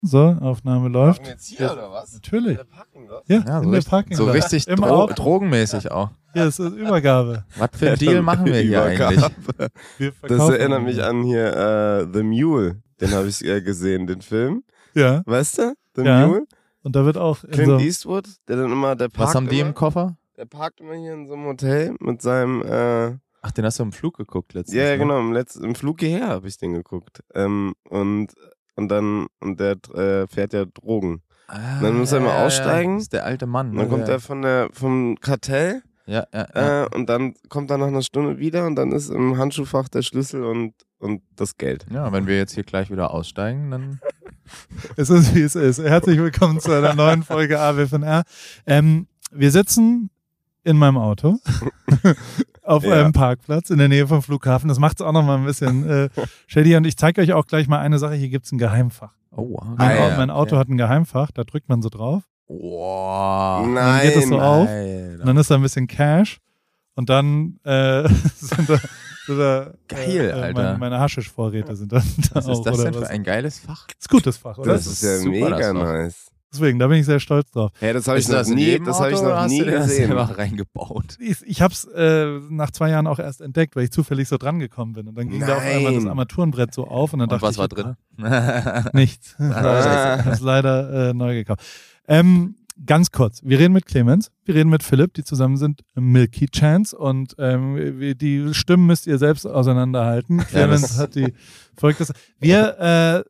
So, Aufnahme läuft. Machen wir jetzt hier oder was? Natürlich. In der Parking Lot? Ja, Ja, in der Parking so richtig drogenmäßig auch. Hier ist Übergabe. Was für ein Deal machen wir hier eigentlich? Wir Das verkaufen erinnert mich an hier The Mule. Den habe ich gesehen, den Film. Ja, Weißt du? The Ja. Mule. und da wird auch in Clint so, Eastwood, der dann immer, der parkt Was haben die immer, im Koffer? Der parkt immer hier in so einem Hotel mit seinem, Ach, den hast du im Flug geguckt letztens. ja, ne? genau, im Flug hierher habe ich den geguckt. Und der fährt ja Drogen. Ah, Dann muss er mal aussteigen. Das ist der alte Mann. Und dann kommt er vom Kartell Ja. und dann kommt er nach einer Stunde wieder und dann ist im Handschuhfach der Schlüssel und das Geld. Ja, wenn wir jetzt hier gleich wieder aussteigen, dann... es ist wie es ist. Herzlich willkommen zu einer neuen Folge AWFNR. Wir sitzen in meinem Auto auf einem Parkplatz in der Nähe vom Flughafen. Das macht es auch nochmal ein bisschen shady. Und ich zeige euch auch gleich mal eine Sache. Hier gibt es ein Geheimfach. Oh, wow. Mein Auto hat ein Geheimfach, da drückt man so drauf. Wow. Und dann geht es so auf. Alter. Und dann ist da ein bisschen Cash. Und dann sind da Geil, Alter. Meine Haschisch-Vorräte sind dann da Was auch. ist das oder denn für was? ein geiles Fach? Ist gutes Fach, oder? Das ist ja super, mega das noch. nice. Deswegen, da bin ich sehr stolz drauf. Hey, das habe ich Ist noch das in nie, jedem das habe ich Auto oder noch hast nie du dir das gesehen. selber reingebaut? Ich habe es nach 2 Jahren auch erst entdeckt, weil ich zufällig so dran gekommen bin. Und dann ging da auf einmal das Nein. Armaturenbrett so auf. Und dann Und dachte was ich, war drin? Nichts. Ah. Ich habe es leider neu gekauft. Ganz kurz, wir reden mit Clemens, wir reden mit Philipp, die zusammen sind Milky Chance und die Stimmen müsst ihr selbst auseinanderhalten. Clemens hat die folgendes. Wir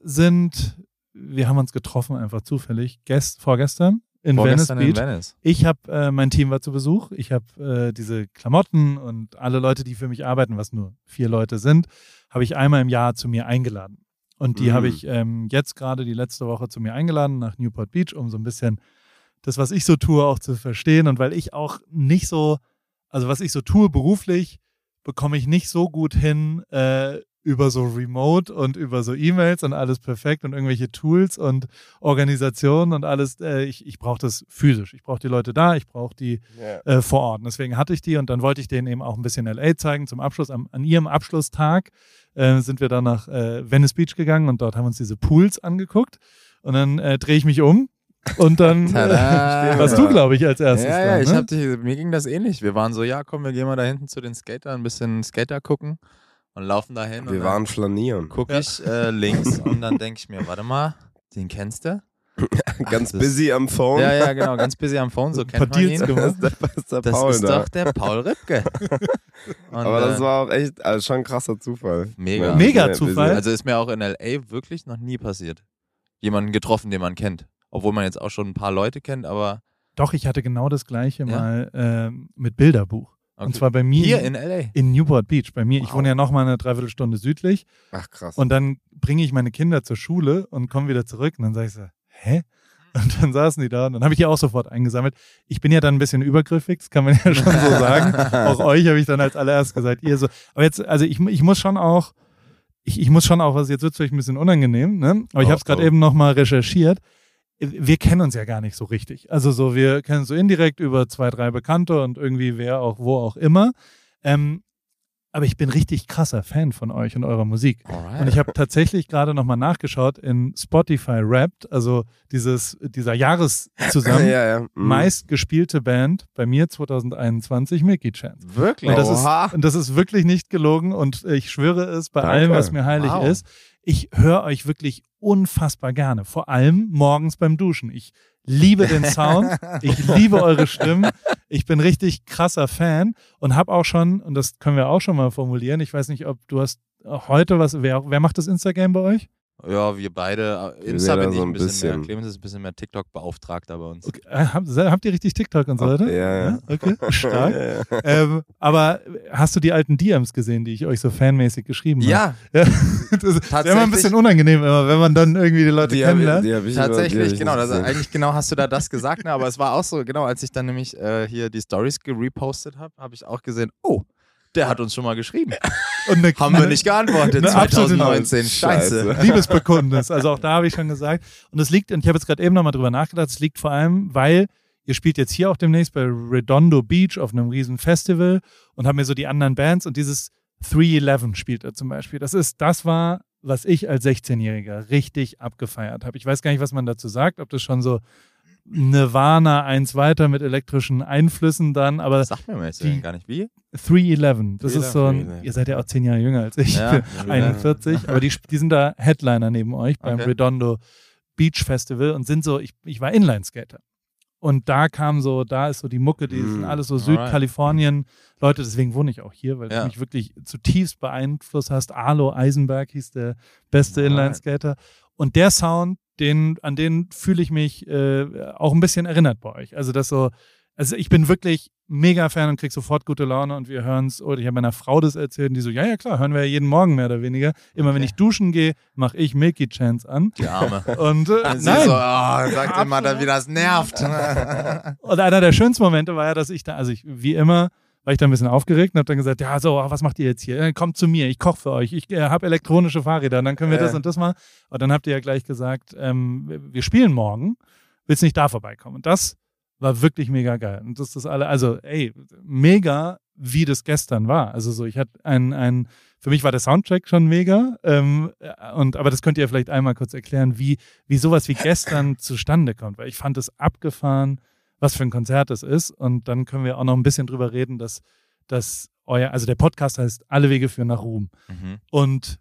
haben uns getroffen einfach zufällig, vorgestern in Venice Vorgestern Beach. in Venice. Ich habe, mein Team war zu Besuch, ich habe diese Klamotten und alle Leute, die für mich arbeiten, was nur 4 Leute sind, habe ich einmal im Jahr zu mir eingeladen. Und die habe ich jetzt gerade die letzte Woche zu mir eingeladen nach Newport Beach, um so ein bisschen das, was ich so tue, auch zu verstehen. Und weil ich auch nicht so, also was ich so tue beruflich, bekomme ich nicht so gut hin über so Remote und über so E-Mails und alles perfekt und irgendwelche Tools und Organisationen und alles. Ich brauche das physisch. Ich brauche die Leute da, ich brauche die vor Ort. Und deswegen hatte ich die und dann wollte ich denen eben auch ein bisschen LA zeigen. Zum Abschluss, an ihrem Abschlusstag sind wir dann nach Venice Beach gegangen und dort haben wir uns diese Pools angeguckt. Und dann drehe ich mich um. Und dann warst du, glaube ich, als erstes Ja, da, ne? mir ging das ähnlich. Wir waren so, ja komm, wir gehen mal da hinten zu den Skatern, ein bisschen Skater gucken und laufen da hin. Wir waren flanieren. Gucke ich links und dann denke ich mir, warte mal, den kennst du? Ganz busy am Phone. Ja, genau, ganz busy am Phone, so kennt man ihn. Deals Das ist der Das Paul ist da. doch der Paul Ripke. Und, Aber das war auch echt, also schon ein krasser Zufall. Mega. Mega Ja, Zufall. Also ist mir auch in L.A. wirklich noch nie passiert. Jemanden getroffen, den man kennt. Obwohl man jetzt auch schon ein paar Leute kennt, aber... Doch, ich hatte genau das Gleiche Ja? mal mit Bilderbuch. Okay. Und zwar bei mir Hier in L.A.? in Newport Beach. Bei mir, ich Wow. wohne ja nochmal eine Dreiviertelstunde südlich. Ach krass. Und dann bringe ich meine Kinder zur Schule und komme wieder zurück. Und dann sage ich so, hä? Und dann saßen die da und dann habe ich die auch sofort eingesammelt. Ich bin ja dann ein bisschen übergriffig, das kann man ja schon so sagen. Auch euch habe ich dann als allererst gesagt, ihr so. Aber jetzt, also ich muss schon auch, was jetzt wird es vielleicht ein bisschen unangenehm, ne? Aber ich habe es gerade eben nochmal recherchiert. Wir kennen uns ja gar nicht so richtig. Also so, wir kennen uns so indirekt über 2, 3 Bekannte und irgendwie wer auch, wo auch immer. Aber ich bin richtig krasser Fan von euch und eurer Musik. Alright. Und ich habe tatsächlich gerade nochmal nachgeschaut in Spotify Wrapped, also dieser Jahreszusammen ja. meistgespielte Band bei mir 2021, Milky Chance. Wirklich? Und das ist wirklich nicht gelogen und ich schwöre es bei Danke. allem, was mir heilig Wow. ist. Ich höre euch wirklich unfassbar gerne, vor allem morgens beim Duschen. Ich liebe den Sound, ich liebe eure Stimmen, ich bin richtig krasser Fan und habe auch schon, und das können wir auch schon mal formulieren, ich weiß nicht, ob du hast heute wer macht das Instagram bei euch? Ja, wir beide. Wir Insta sind da bin ich so ein ein bisschen bisschen. mehr. Clemens ist ein bisschen mehr TikTok-Beauftragter bei uns. Okay. Habt ihr richtig TikTok und so weiter? Ja. Okay, stark. Ja. Aber hast du die alten DMs gesehen, die ich euch so fanmäßig geschrieben habe? Ja, Das ist immer ein bisschen unangenehm, immer, wenn man dann irgendwie die Leute kennenlernt. tatsächlich, genau. Eigentlich genau hast du da das gesagt, ne? Aber es war auch so, genau, als ich dann nämlich hier die Stories gerepostet habe ich auch gesehen, oh, der hat uns schon mal geschrieben. Und Haben wir nicht geantwortet, Eine absolute 2019. Scheiße. Liebesbekundnis. Also auch da habe ich schon gesagt. Und es liegt, und ich habe jetzt gerade eben nochmal drüber nachgedacht, es liegt vor allem, weil ihr spielt jetzt hier auch demnächst bei Redondo Beach auf einem riesen Festival und haben mir so die anderen Bands und dieses 311 spielt er zum Beispiel. Das war was ich als 16-Jähriger richtig abgefeiert habe. Ich weiß gar nicht, was man dazu sagt, ob das schon so Nirvana eins weiter mit elektrischen Einflüssen dann, aber Das sagt mir mal jetzt gar nicht. Wie? 311, das ist so ein, ihr seid ja auch 10 Jahre jünger als ich, Ja, 41, aber die sind da Headliner neben euch beim Okay. Redondo Beach Festival und sind so, ich war Inline-Skater. Und da ist so die Mucke, die sind alles so Südkalifornien Leute, deswegen wohne ich auch hier, weil du mich wirklich zutiefst beeinflusst hast. Arlo Eisenberg hieß der beste Inline-Skater. Und der Sound, an den fühle ich mich auch ein bisschen erinnert bei euch. Also ich bin wirklich mega Fan und kriege sofort gute Laune und wir hören es, oder ich habe meiner Frau das erzählt und die so, ja klar, hören wir ja jeden Morgen mehr oder weniger. Immer wenn ich duschen gehe, mache ich Milky Chance an. Die Arme. Und Nein. nein. So, sagt immer, wie das nervt. Und einer der schönsten Momente war ja, dass ich da, wie immer, war ich da ein bisschen aufgeregt und habe dann gesagt, ja, so, was macht ihr jetzt hier? Kommt zu mir, ich koche für euch, ich habe elektronische Fahrräder, und dann können wir das und das mal. Und dann habt ihr ja gleich gesagt, wir spielen morgen, willst du nicht da vorbeikommen? Und das war wirklich mega geil. Und das ist mega, wie das gestern war. Also so, ich hatte für mich war der Soundtrack schon mega, aber das könnt ihr vielleicht einmal kurz erklären, wie sowas wie gestern zustande kommt, weil ich fand es abgefahren, was für ein Konzert es ist. Und dann können wir auch noch ein bisschen drüber reden, dass der Podcast heißt Alle Wege führen nach Ruhm. Mhm. Und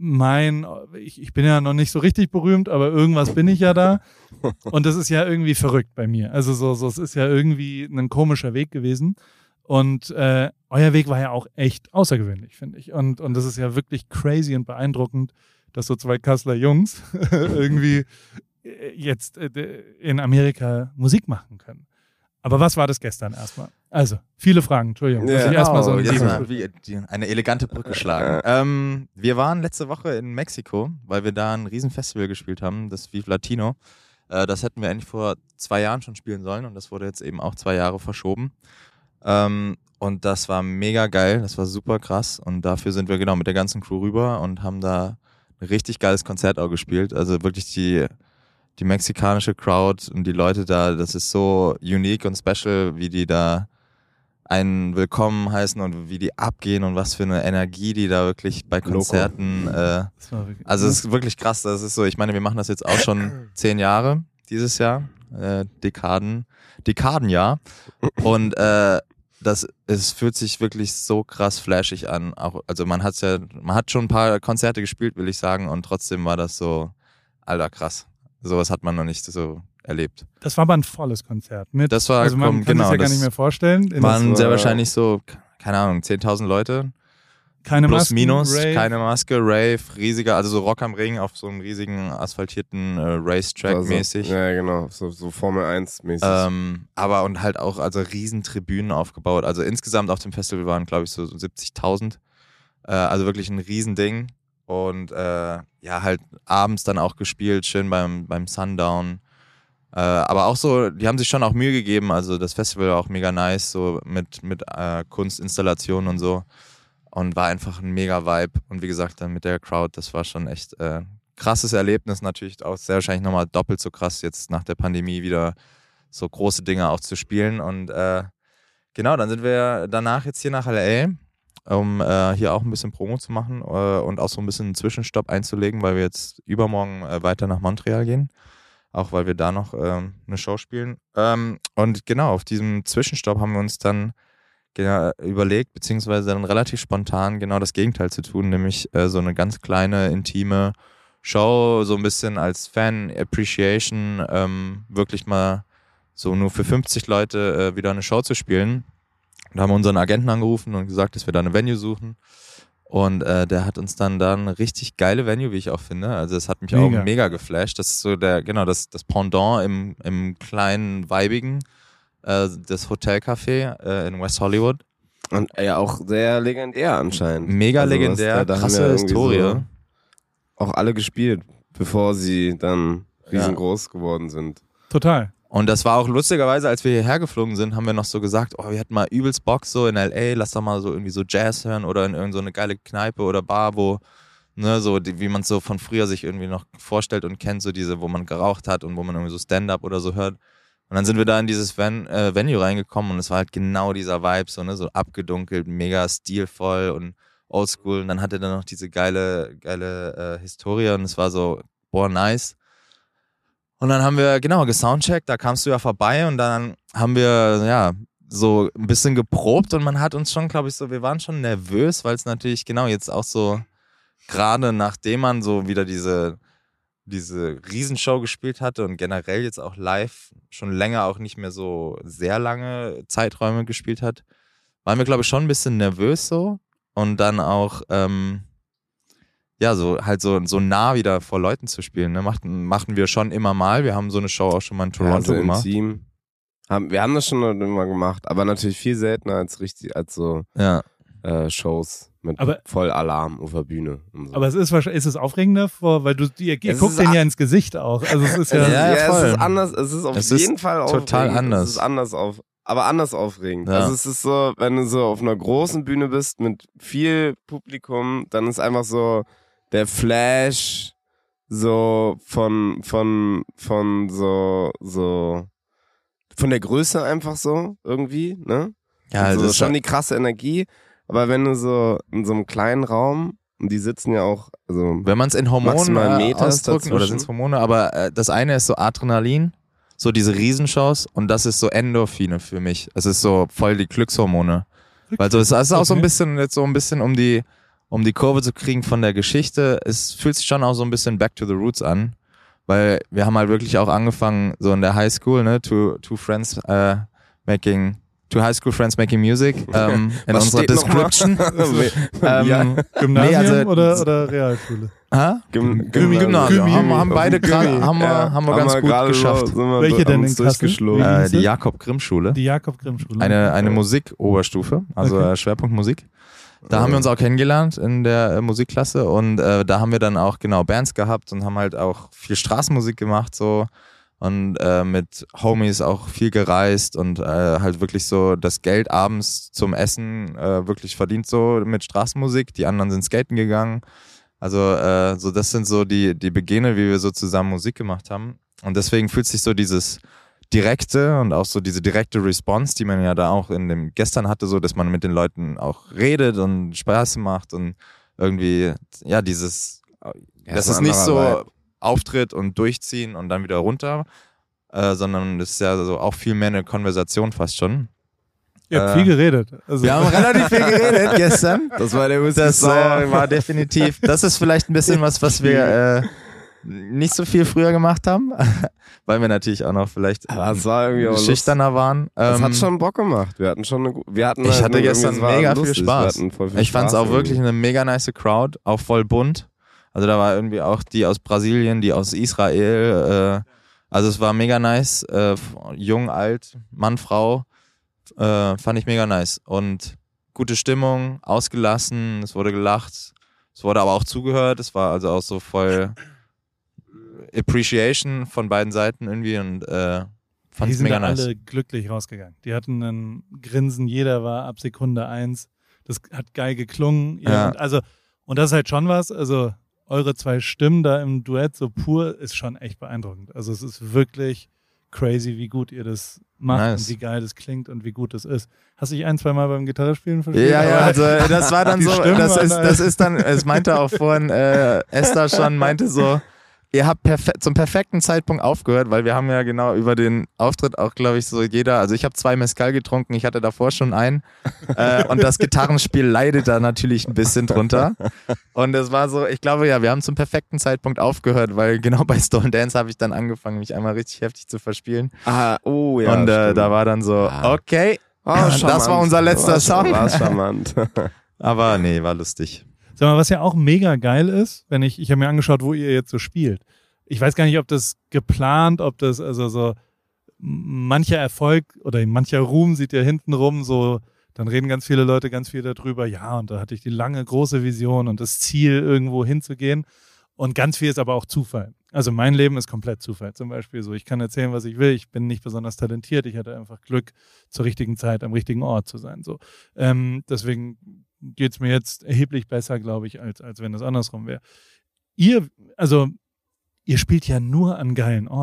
ich bin ja noch nicht so richtig berühmt, aber irgendwas bin ich ja da. Und das ist ja irgendwie verrückt bei mir. Also es ist ja irgendwie ein komischer Weg gewesen. Und euer Weg war ja auch echt außergewöhnlich, finde ich. Und das ist ja wirklich crazy und beeindruckend, dass so zwei Kasseler Jungs irgendwie jetzt in Amerika Musik machen können. Aber was war das gestern erstmal? Also, viele Fragen, Entschuldigung. Ja, ich erstmal so eine elegante Brücke schlagen. Wir waren letzte Woche in Mexiko, weil wir da ein Riesenfestival gespielt haben, das Vive Latino. Das hätten wir eigentlich vor 2 Jahren schon spielen sollen und das wurde jetzt eben auch 2 Jahre verschoben. Und das war mega geil, das war super krass und dafür sind wir genau mit der ganzen Crew rüber und haben da ein richtig geiles Konzert auch gespielt. Also wirklich die mexikanische Crowd und die Leute da, das ist so unique und special, wie die da einen willkommen heißen und wie die abgehen und was für eine Energie die da wirklich bei Konzerten. Also es ist wirklich krass. Das ist so, ich meine, wir machen das jetzt auch schon 10 Jahre dieses Jahr, Dekadenjahr. Und es fühlt sich wirklich so krass flashig an. Auch, also man hat schon ein paar Konzerte gespielt, will ich sagen, und trotzdem war das so, alter krass. Sowas hat man noch nicht so erlebt. Das war aber ein volles Konzert. Das war, also man kann sich ja gar nicht mehr vorstellen. Waren sehr wahrscheinlich so, keine Ahnung, 10.000 Leute. Keine Plus, Masken, minus, Rave. keine Maske, Rave, riesiger, also so Rock am Ring auf so einem riesigen asphaltierten Racetrack-mäßig. Ja, genau, so Formel 1-mäßig. Aber und halt auch also riesen Tribünen aufgebaut. Also insgesamt auf dem Festival waren, glaube ich, so 70.000. Also wirklich ein Riesending. Und halt abends dann auch gespielt, schön beim Sundown. Aber auch so, die haben sich schon auch Mühe gegeben. Also das Festival war auch mega nice, so mit Kunstinstallationen und so. Und war einfach ein mega Vibe. Und wie gesagt, dann mit der Crowd, das war schon echt krasses Erlebnis. Natürlich auch sehr wahrscheinlich nochmal doppelt so krass, jetzt nach der Pandemie wieder so große Dinge auch zu spielen. Und genau, dann sind wir danach jetzt hier nach L.A., um hier auch ein bisschen Promo zu machen und auch so ein bisschen einen Zwischenstopp einzulegen, weil wir jetzt übermorgen weiter nach Montreal gehen. Auch weil wir da noch eine Show spielen. Und genau, auf diesem Zwischenstopp haben wir uns dann überlegt, beziehungsweise dann relativ spontan genau das Gegenteil zu tun, nämlich so eine ganz kleine, intime Show, so ein bisschen als Fan-Appreciation, wirklich mal so nur für 50 Leute wieder eine Show zu spielen. Da haben wir unseren Agenten angerufen und gesagt, dass wir da eine Venue suchen. Und der hat uns dann da eine richtig geile Venue, wie ich auch finde. Also das hat mich auch mega geflasht. Das ist so das Pendant im kleinen, weibigen, das Hotelcafé in West Hollywood. Und ja, auch sehr legendär anscheinend. Mega legendär, krasse Historie. So auch alle gespielt, bevor sie dann riesengroß geworden sind. Total. Und das war auch lustigerweise, als wir hierher geflogen sind, haben wir noch so gesagt, wir hätten mal übelst Bock so in L.A., lass doch mal so irgendwie so Jazz hören oder in irgend so eine geile Kneipe oder Bar, wo, ne, so wie man es so von früher sich irgendwie noch vorstellt und kennt, so diese, wo man geraucht hat und wo man irgendwie so Stand-Up oder so hört. Und dann sind wir da in dieses Venue reingekommen und es war halt genau dieser Vibe, so, ne, so abgedunkelt, mega stilvoll und oldschool. Und dann hatte er noch diese geile Historie und es war so, boah, nice. Und dann haben wir, genau, gesoundcheckt, da kamst du ja vorbei und dann haben wir, ja, so ein bisschen geprobt und man hat uns schon, glaube ich, so, wir waren schon nervös, weil es natürlich, genau, jetzt auch so, gerade nachdem man so wieder diese Riesenshow gespielt hatte und generell jetzt auch live schon länger auch nicht mehr so sehr lange Zeiträume gespielt hat, waren wir, glaube ich, schon ein bisschen nervös so und dann auch, ja, so halt so nah wieder vor Leuten zu spielen, ne? Machen wir schon immer mal. Wir haben so eine Show auch schon mal in Toronto gemacht. Team. Wir haben das schon immer gemacht, aber natürlich viel seltener als so Shows mit voll Alarm auf der Bühne. Und so. Aber ist es aufregender, weil ihr guckt den ja ins Gesicht auch. Also es ist es ist anders. Es ist auf jeden Fall total aufregend. anders. Es ist aber anders aufregend. Ja. Also es ist so, wenn du so auf einer großen Bühne bist mit viel Publikum, dann ist einfach so der Flash so von der Größe einfach so irgendwie, ne? Ja, also das ist schon die krasse Energie, aber wenn du so in so einem kleinen Raum, und die sitzen ja auch, also wenn man es in Hormonen Meter ausdrücken, oder sind es Hormone, aber das eine ist so Adrenalin, so diese Riesenshows und das ist so Endorphine für mich. Es ist so voll die Glückshormone. Weil so, es ist auch so ein bisschen um die Kurve zu kriegen von der Geschichte. Es fühlt sich schon auch so ein bisschen back to the roots an. Weil wir haben halt wirklich auch angefangen, so in der High School, ne, two high school friends making music, in unserer Description. Gymnasium oder Realschule? Gymnasium. Haben beide gerade, haben wir ganz gut geschafft. Welche denn in Kassel? Die Jakob-Grimm-Schule. Die Jakob-Grimm-Schule. Eine Musik-Oberstufe, also Schwerpunkt Musik. Da haben wir uns auch kennengelernt in der Musikklasse und da haben wir dann auch genau Bands gehabt und haben halt auch viel Straßenmusik gemacht so und mit Homies auch viel gereist und halt wirklich so das Geld abends zum Essen wirklich verdient so mit Straßenmusik. Die anderen sind skaten gegangen. Also so das sind so die Beginne, wie wir so zusammen Musik gemacht haben und deswegen fühlt sich so dieses direkte und auch so diese direkte Response, die man ja da auch in dem gestern hatte, so, dass man mit den Leuten auch redet und Spaß macht und irgendwie, ja, dieses, dass es nicht so Vibe. Auftritt und durchziehen und dann wieder runter, sondern das ist ja so auch viel mehr eine Konversation fast schon. Ihr habt viel geredet. Also wir haben relativ viel geredet gestern. Das war der Das war definitiv, das ist vielleicht ein bisschen was wir nicht so viel früher gemacht haben, weil wir natürlich auch noch vielleicht schüchterner waren. Das hat schon Bock gemacht. Ich hatte gestern mega viel Spaß. Ich fand es auch wirklich eine mega nice Crowd, auch voll bunt. Also da war irgendwie auch die aus Brasilien, die aus Israel. Also es war mega nice. Jung, alt, Mann, Frau. Fand ich mega nice. Und gute Stimmung, ausgelassen, es wurde gelacht. Es wurde aber auch zugehört. Es war also auch so voll Appreciation von beiden Seiten irgendwie und fand es mega nice. Die sind alle glücklich rausgegangen. Die hatten ein Grinsen, jeder war ab Sekunde 1. Das hat geil geklungen. Ja. Und das ist halt schon was, also eure zwei Stimmen da im Duett so pur ist schon echt beeindruckend. Also es ist wirklich crazy, wie gut ihr das macht und wie geil das klingt und wie gut das ist. Hast du dich 1-2 Mal beim Gitarrespielen verstanden? Ja, also das war dann so, das ist dann, es meinte auch vorhin Esther schon, meinte so, ihr habt zum perfekten Zeitpunkt aufgehört, weil wir haben ja genau über den Auftritt auch, glaube ich, so also ich habe 2 Mezcal getrunken, ich hatte davor schon einen und das Gitarrenspiel leidet da natürlich ein bisschen drunter und es war so, ich glaube ja, wir haben zum perfekten Zeitpunkt aufgehört, weil genau bei Stone Dance habe ich dann angefangen, mich einmal richtig heftig zu verspielen. Und da war dann so, okay, das war unser letzter Song. War charmant. Aber nee, war lustig. Sag mal, was ja auch mega geil ist, ich habe mir angeschaut, wo ihr jetzt so spielt. Ich weiß gar nicht, ob das geplant, ob das, also so mancher Erfolg oder mancher Ruhm sieht ja hinten rum so, dann reden ganz viele Leute ganz viel darüber, ja, und da hatte ich die lange, große Vision und das Ziel, irgendwo hinzugehen. Und ganz viel ist aber auch Zufall. Also mein Leben ist komplett Zufall. Zum Beispiel so, ich kann erzählen, was ich will. Ich bin nicht besonders talentiert. Ich hatte einfach Glück, zur richtigen Zeit am richtigen Ort zu sein. So, deswegen geht es mir jetzt erheblich besser, glaube ich, als wenn das andersrum wäre. Ihr spielt ja nur an geilen Orten.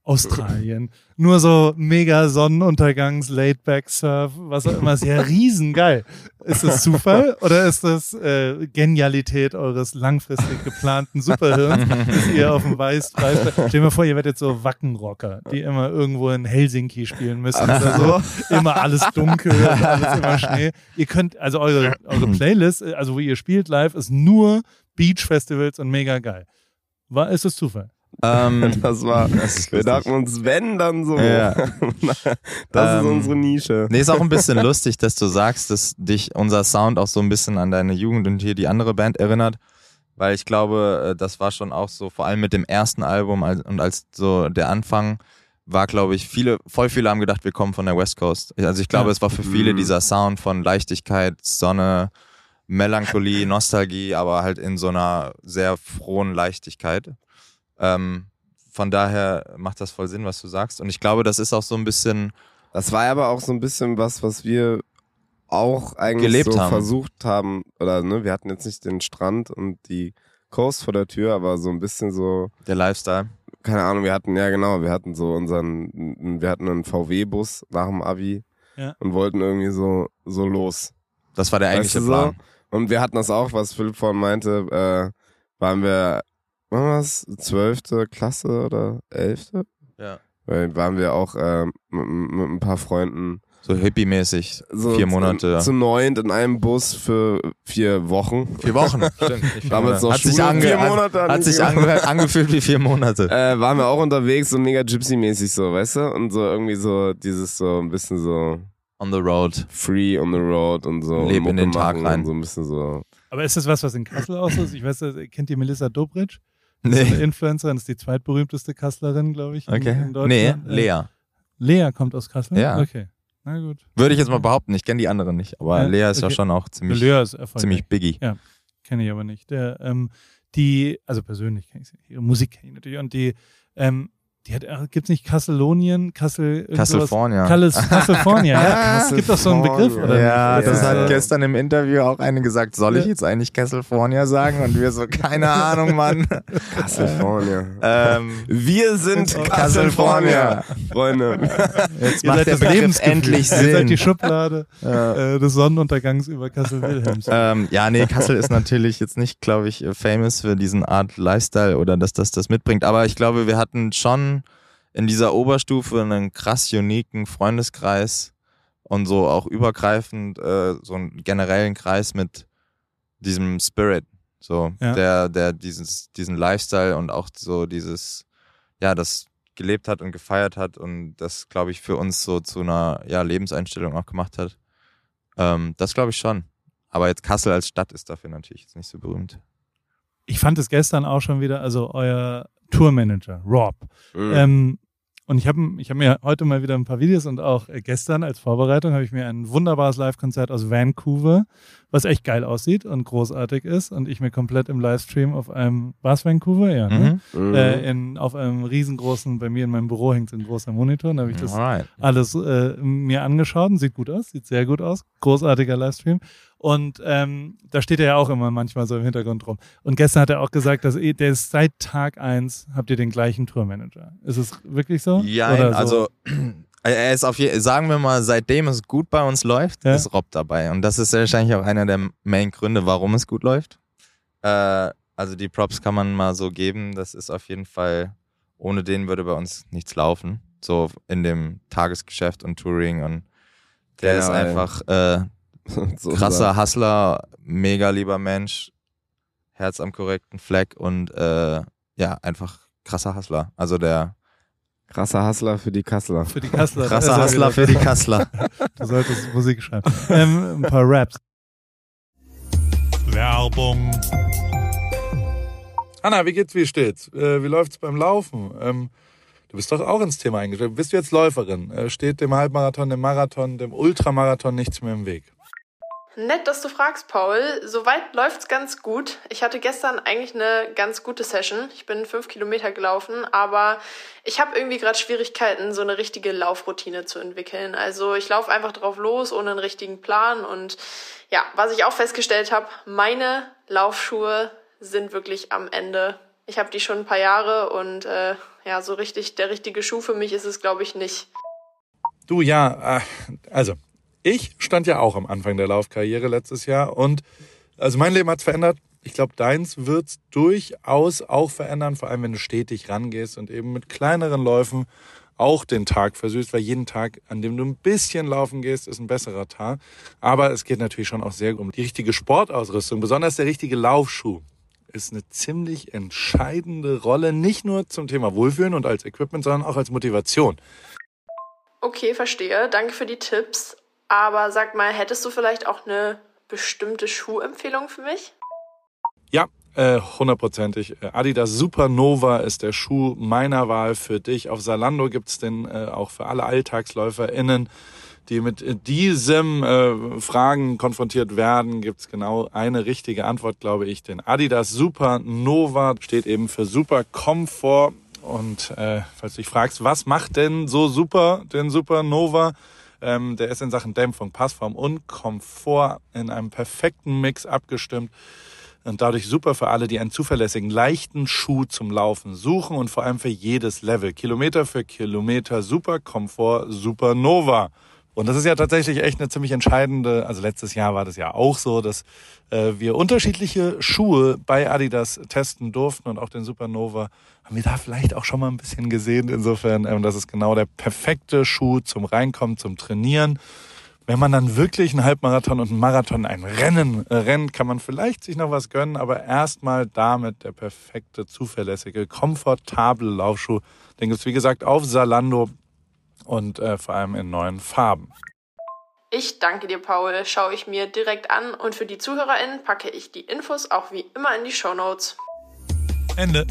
Australien. Nur so mega Sonnenuntergangs, Laidback-Surf, was auch immer. Ist ja riesengeil. Ist das Zufall oder ist das Genialität eures langfristig geplanten Superhirns, dass ihr auf dem Stell dir mal vor, ihr werdet so Wackenrocker, die immer irgendwo in Helsinki spielen müssen oder so. Immer alles dunkel, alles immer Schnee. Ihr könnt, also eure Playlist, also wo ihr spielt live, ist nur Beach-Festivals und mega geil. Ist das Zufall? Wir dachten uns, wenn, dann so. Ja. Das ist unsere Nische. Nee, ist auch ein bisschen lustig, dass du sagst, dass dich unser Sound auch so ein bisschen an deine Jugend und hier die andere Band erinnert, weil ich glaube, das war schon auch so, vor allem mit dem ersten Album und als so der Anfang war, glaube ich, voll viele haben gedacht, wir kommen von der West Coast. Also ich glaube, es war für viele dieser Sound von Leichtigkeit, Sonne, Melancholie, Nostalgie, aber halt in so einer sehr frohen Leichtigkeit. Von daher macht das voll Sinn, was du sagst. Und ich glaube, das ist auch so ein bisschen... Das war aber auch so ein bisschen was wir auch eigentlich gelebt so haben. Versucht haben. Oder wir hatten jetzt nicht den Strand und die Coast vor der Tür, aber so ein bisschen so... Der Lifestyle. Keine Ahnung, wir hatten einen VW-Bus nach dem Abi und wollten irgendwie so los. Das war der eigentliche Plan. So? Und wir hatten das auch, was Philipp vorhin meinte, waren wir... Wann war das? 12. Klasse oder 11.? Ja. Weil waren wir auch mit ein paar Freunden so hippie-mäßig, 4 Monate. Zu 9 in einem Bus für 4 Wochen. 4 Wochen, stimmt. Damals noch hat sich 4 Monate hat sich angefühlt wie 4 Monate. Waren wir auch unterwegs, so mega Gypsy-mäßig so, weißt du? Und so irgendwie so dieses so ein bisschen so on the road. Free on the road und so. Leb in den Tag rein. Und so ein bisschen so. Aber ist das was in Kassel auch so ist? Ich weiß, kennt ihr Melissa Dobritsch? Nee. Das ist eine Influencerin, ist die zweitberühmteste Kasslerin, glaube ich, in Deutschland. Nee, Lea. Lea kommt aus Kassel? Ja. Okay, na gut. Würde ich jetzt mal behaupten, ich kenne die anderen nicht, aber Lea ist ja schon auch ziemlich biggie. Ja, kenne ich aber nicht. Also persönlich kenne ich sie, ihre Musik kenne ich natürlich und die gibt's nicht Castlefornia? California. California, ja. Es gibt doch so einen Begriff, oder? Ja, nicht? das hat gestern im Interview auch eine gesagt, soll ich jetzt eigentlich California sagen? Und wir so, keine Ahnung, Mann. California. Wir sind California, Freunde. Jetzt macht der Begriff endlich Sinn. Ihr seid die Schublade des Sonnenuntergangs über Kassel-Wilhelms. Kassel ist natürlich jetzt nicht, glaube ich, famous für diesen Art Lifestyle oder dass das mitbringt. Aber ich glaube, wir hatten schon in dieser Oberstufe einen krass uniken Freundeskreis und so auch übergreifend so einen generellen Kreis mit diesem Spirit, so der diesen Lifestyle und auch so dieses, das gelebt hat und gefeiert hat und das, glaube ich, für uns so zu einer Lebenseinstellung auch gemacht hat. Das glaube ich schon. Aber jetzt Kassel als Stadt ist dafür natürlich jetzt nicht so berühmt. Ich fand es gestern auch schon wieder, also euer Tourmanager, Rob. Und ich hab mir heute mal wieder ein paar Videos und auch gestern als Vorbereitung habe ich mir ein wunderbares Live-Konzert aus Vancouver, was echt geil aussieht und großartig ist und ich mir komplett im Livestream auf einem, war es Vancouver? Ja, ne? Auf einem riesengroßen, bei mir in meinem Büro hängt so ein großer Monitor und da habe ich das alles mir angeschaut und sieht gut aus, sieht sehr gut aus, großartiger Livestream. Und da steht er ja auch immer manchmal so im Hintergrund rum. Und gestern hat er auch gesagt, dass der ist seit Tag 1 habt ihr den gleichen Tourmanager. Ist es wirklich so? Ja, oder also er ist sagen wir mal, seitdem es gut bei uns läuft, ist Rob dabei. Und das ist wahrscheinlich auch einer der Main-Gründe, warum es gut läuft. Also die Props kann man mal so geben. Das ist auf jeden Fall, ohne den würde bei uns nichts laufen. So in dem Tagesgeschäft und Touring. Und der ist einfach... so krasser Hustler, mega lieber Mensch, Herz am korrekten Fleck und einfach krasser Hustler. Also der krasser Hustler für die Kassler. Für die Kassler. Krasser Hustler für die Kassler. Du solltest Musik schreiben. Ein paar Raps. Werbung. Anna, wie geht's, wie steht's? Wie läuft's beim Laufen? Du bist doch auch ins Thema eingestellt. Bist du jetzt Läuferin? Steht dem Halbmarathon, dem Marathon, dem Ultramarathon nichts mehr im Weg? Nett, dass du fragst, Paul. Soweit läuft's ganz gut. Ich hatte gestern eigentlich eine ganz gute Session. Ich bin 5 Kilometer gelaufen, aber ich habe irgendwie gerade Schwierigkeiten, so eine richtige Laufroutine zu entwickeln. Also ich laufe einfach drauf los, ohne einen richtigen Plan. Und ja, was ich auch festgestellt habe, meine Laufschuhe sind wirklich am Ende. Ich habe die schon ein paar Jahre und ja, so richtig der richtige Schuh für mich ist es, glaube ich, nicht. Du, ja, also ich stand ja auch am Anfang der Laufkarriere letztes Jahr und also mein Leben hat es verändert. Ich glaube, deins wird es durchaus auch verändern, vor allem wenn du stetig rangehst und eben mit kleineren Läufen auch den Tag versüßt, weil jeden Tag, an dem du ein bisschen laufen gehst, ist ein besserer Tag. Aber es geht natürlich schon auch sehr um die richtige Sportausrüstung, besonders der richtige Laufschuh ist eine ziemlich entscheidende Rolle, nicht nur zum Thema Wohlfühlen und als Equipment, sondern auch als Motivation. Okay, verstehe. Danke für die Tipps. Aber sag mal, hättest du vielleicht auch eine bestimmte Schuhempfehlung für mich? Ja, 100%ig. Adidas Supernova ist der Schuh meiner Wahl für dich. Auf Zalando gibt's den auch für alle AlltagsläuferInnen, die mit diesem Fragen konfrontiert werden, gibt's genau eine richtige Antwort, glaube ich. Den Adidas Supernova steht eben für Super Komfort. Und falls du dich fragst, was macht denn so super den Supernova? Der ist in Sachen Dämpfung, Passform und Komfort in einem perfekten Mix abgestimmt. Und dadurch super für alle, die einen zuverlässigen, leichten Schuh zum Laufen suchen und vor allem für jedes Level. Kilometer für Kilometer, Super Komfort, Supernova. Und das ist ja tatsächlich echt eine ziemlich entscheidende, also letztes Jahr war das ja auch so, dass wir unterschiedliche Schuhe bei Adidas testen durften und auch den Supernova haben wir da vielleicht auch schon mal ein bisschen gesehen. Insofern, das ist genau der perfekte Schuh zum Reinkommen, zum Trainieren. Wenn man dann wirklich einen Halbmarathon und einen Marathon, ein Rennen rennt, kann man vielleicht sich noch was gönnen, aber erstmal damit der perfekte, zuverlässige, komfortable Laufschuh. Den gibt's wie gesagt auf Zalando und vor allem in neuen Farben. Ich danke dir, Paul. Schaue ich mir direkt an und für die ZuhörerInnen packe ich die Infos auch wie immer in die Shownotes. Ende.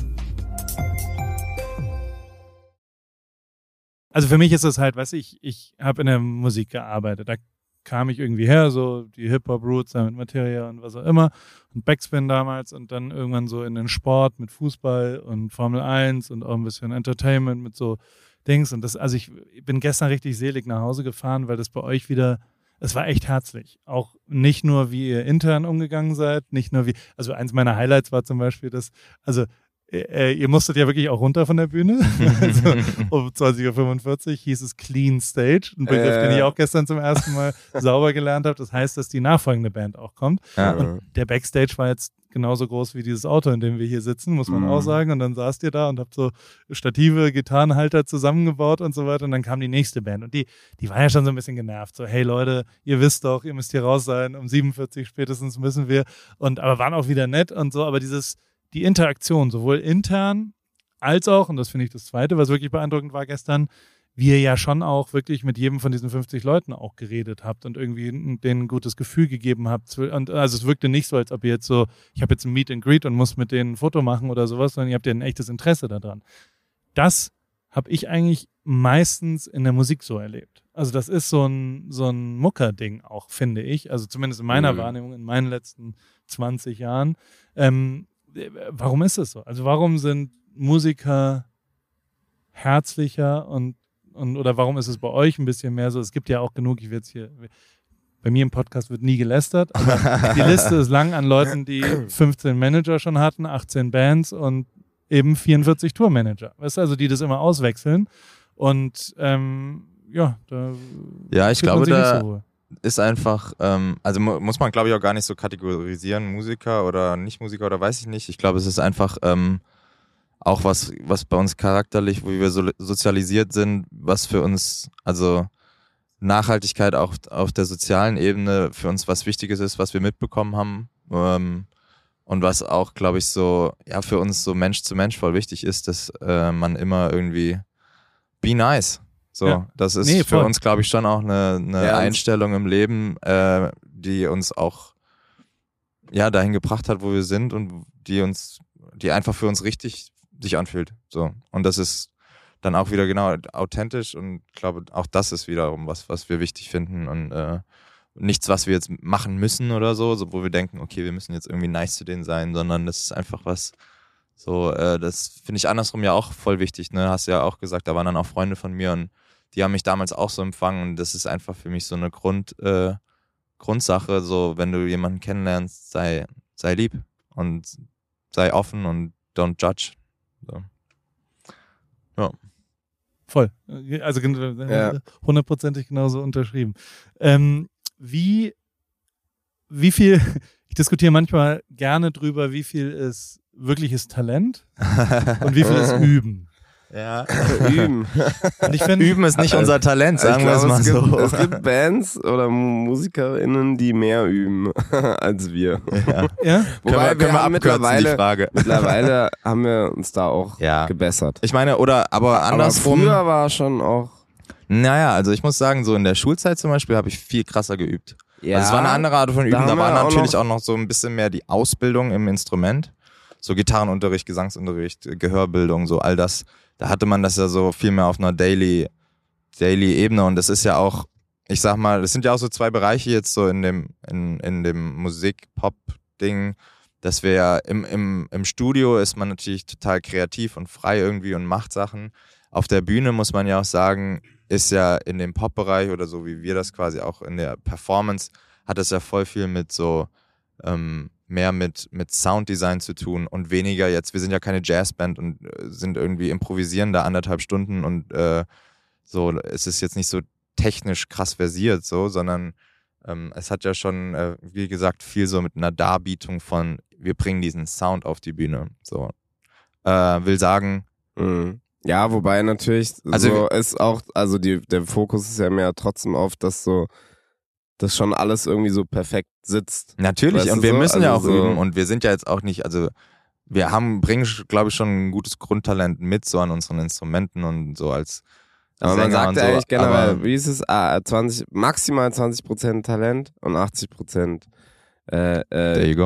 Also für mich ist es halt, weißt du, ich habe in der Musik gearbeitet. Da kam ich irgendwie her, so die Hip-Hop-Roots mit Materia und was auch immer und Backspin damals und dann irgendwann so in den Sport mit Fußball und Formel 1 und auch ein bisschen Entertainment mit so Dings. Und das, also ich bin gestern richtig selig nach Hause gefahren, weil das bei euch wieder, es war echt herzlich. Auch nicht nur, wie ihr intern umgegangen seid, nicht nur wie, also eins meiner Highlights war zum Beispiel das, also ihr musstet ja wirklich auch runter von der Bühne. Also um 20.45 Uhr hieß es Clean Stage, ein Begriff, den ich auch gestern zum ersten Mal sauber gelernt habe. Das heißt, dass die nachfolgende Band auch kommt. Ja. Und der Backstage war jetzt genauso groß wie dieses Auto, in dem wir hier sitzen, muss man auch sagen. Und dann saßt ihr da und habt so Stative, Gitarrenhalter zusammengebaut und so weiter. Und dann kam die nächste Band. Und die war ja schon so ein bisschen genervt. So, hey Leute, ihr wisst doch, ihr müsst hier raus sein. Um 47 spätestens müssen wir. Aber waren auch wieder nett und so. Aber die Interaktion, sowohl intern als auch, und das finde ich das Zweite, was wirklich beeindruckend war gestern, wie ihr ja schon auch wirklich mit jedem von diesen 50 Leuten auch geredet habt und irgendwie denen ein gutes Gefühl gegeben habt. Und also es wirkte nicht so, als ob ihr jetzt so, ich habe jetzt ein Meet and Greet und muss mit denen ein Foto machen oder sowas, sondern ihr habt ja ein echtes Interesse daran. Das habe ich eigentlich meistens in der Musik so erlebt. Also das ist so ein Mucker-Ding auch, finde ich. Also zumindest in meiner Wahrnehmung in meinen letzten 20 Jahren. Warum ist es so? Also warum sind Musiker herzlicher oder warum ist es bei euch ein bisschen mehr so? Es gibt ja auch genug, ich will jetzt hier, bei mir im Podcast wird nie gelästert, aber die Liste ist lang an Leuten, die 15 Manager schon hatten, 18 Bands und eben 44 Tourmanager. Weißt du, also die das immer auswechseln und ich glaube, da ist einfach, also muss man glaube ich auch gar nicht so kategorisieren, Musiker oder Nicht-Musiker oder weiß ich nicht. Ich glaube, es ist einfach auch was bei uns charakterlich, wo wir so sozialisiert sind, was für uns, also Nachhaltigkeit auch auf der sozialen Ebene für uns was Wichtiges ist, was wir mitbekommen haben und was auch, glaube ich, so, ja, für uns so Mensch zu Mensch voll wichtig ist, dass man immer irgendwie be nice. So, ja. Das ist für uns, glaube ich, schon auch eine Einstellung im Leben, die uns auch dahin gebracht hat, wo wir sind und die einfach für uns richtig sich anfühlt. So. Und das ist dann auch wieder genau authentisch und ich glaube, auch das ist wiederum was wir wichtig finden und nichts, was wir jetzt machen müssen oder so, wo wir denken, okay, wir müssen jetzt irgendwie nice zu denen sein, sondern das ist einfach was, so, das finde ich andersrum ja auch voll wichtig, ne? Hast du ja auch gesagt, da waren dann auch Freunde von mir und die haben mich damals auch so empfangen und das ist einfach für mich so eine Grundsache, so, wenn du jemanden kennenlernst, sei lieb und sei offen und don't judge. So. Ja. Voll. Also 100%ig genauso unterschrieben. Wie viel, ich diskutiere manchmal gerne drüber, wie viel ist wirkliches Talent und wie viel ist Üben. Ja. Üben. Und ich find, Üben ist nicht unser Talent, sagen wir es mal so. Es gibt Bands oder MusikerInnen, die mehr üben als wir. Ja? Wobei können wir abkürzen, die Frage. Mittlerweile haben wir uns da auch Ja. gebessert. Ich meine, aber andersrum. Aber früher war schon auch... Naja, also ich muss sagen, so in der Schulzeit zum Beispiel habe ich viel krasser geübt. Ja, Also es war eine andere Art von Üben, da haben war wir natürlich auch noch so ein bisschen mehr die Ausbildung im Instrument. So Gitarrenunterricht, Gesangsunterricht, Gehörbildung, so all das. Da hatte man das ja so viel mehr auf einer Daily Ebene und das ist ja auch, ich sag mal, das sind ja auch so zwei Bereiche jetzt so in dem Musik-Pop-Ding, dass wir ja im Studio ist man natürlich total kreativ und frei irgendwie und macht Sachen. Auf der Bühne muss man ja auch sagen, ist ja in dem Pop-Bereich oder so wie wir das quasi auch in der Performance, hat das ja voll viel mit so mehr mit Sounddesign zu tun und weniger jetzt, wir sind ja keine Jazzband und sind irgendwie improvisieren da 1,5 Stunden und so, es ist jetzt nicht so technisch krass versiert so, sondern es hat ja schon, wie gesagt, viel so mit einer Darbietung von, wir bringen diesen Sound auf die Bühne, so. Will sagen, Ja, wobei natürlich Also so ist auch, also der Fokus ist ja mehr trotzdem auf, dass so das schon alles irgendwie so perfekt sitzt. natürlich, Weißt und du wir so? müssen ja auch Also so- üben und wir sind ja jetzt auch nicht, also wir bringen, glaube ich, schon ein gutes Grundtalent mit so an unseren Instrumenten und so als Aber man Sänger sagt und ja so, eigentlich generell, aber- wie ist es? Maximal 20% Talent und 80% There you go.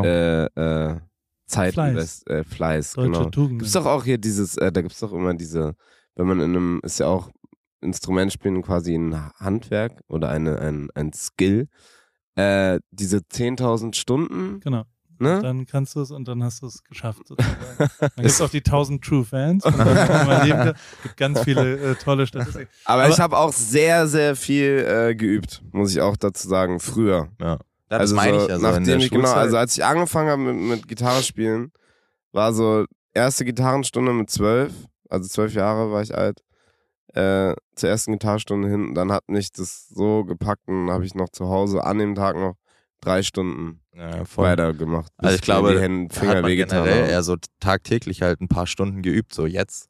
Zeit, Fleiß. Fleiß, Deutsche genau. Tugenden. Gibt's doch auch hier da gibt's doch immer diese, wenn man ist ja auch Instrument spielen quasi ein Handwerk oder ein Skill. Diese 10.000 Stunden, Genau. ne? Dann kannst du es und dann hast du es geschafft. Sozusagen. Dann gibt es auch die 1000 True Fans. Und dann gibt ganz viele tolle Statistiken. Aber ich habe auch sehr, sehr viel geübt, muss ich auch dazu sagen, früher. Ja, das Also meine so, ich ja so in nachdem der ich, genau, Schulzeit. also als ich angefangen habe mit Gitarre spielen, war so erste Gitarrenstunde mit 12, also 12 Jahre war ich alt, zur ersten Gitarrenstunde hin, dann hat mich das so gepackt und dann habe ich noch zu Hause an dem Tag noch 3 Stunden Ja, voll. weitergemacht. bis Also ich glaube, mir die da Finger hat man wehgetan generell haben. eher so tagtäglich halt ein paar Stunden geübt, so jetzt.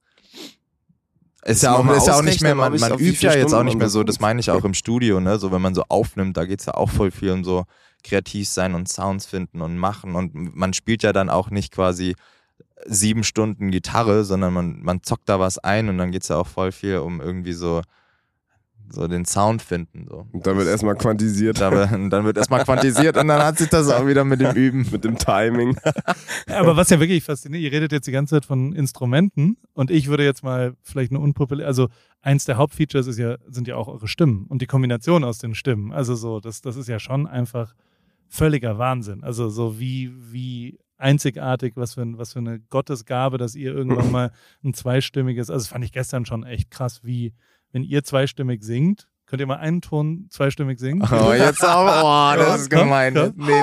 Ist Das ja noch auch, mal ist ja auch nicht mehr, ausrechnen, man ob ich auf wie übt viele ja jetzt auch Stunden nicht man mehr so so, das kommt. meine ich auch im Studio, ne, so wenn man so aufnimmt, da geht's ja auch voll viel um so kreativ sein und Sounds finden und machen und man spielt ja dann auch nicht quasi 7 Stunden Gitarre, sondern man zockt da was ein und dann geht's ja auch voll viel um irgendwie so den Sound finden, so. Und dann wird erstmal quantisiert Dann wird erstmal quantisiert und dann hat sich das auch wieder mit dem Üben. mit dem Timing. Ja, aber was ja wirklich faszinierend, ihr redet jetzt die ganze Zeit von Instrumenten und ich würde jetzt mal vielleicht eine unpopulär, also eins der Hauptfeatures sind ja auch eure Stimmen und die Kombination aus den Stimmen. Also so, das ist ja schon einfach völliger Wahnsinn. Also so wie einzigartig, was für eine Gottesgabe, dass ihr irgendwann mal ein zweistimmiges, also das fand ich gestern schon echt krass, wie wenn ihr zweistimmig singt, könnt ihr mal einen Ton zweistimmig singen? Oh, jetzt auch. Oh, das ist gemein. Komm. Nee,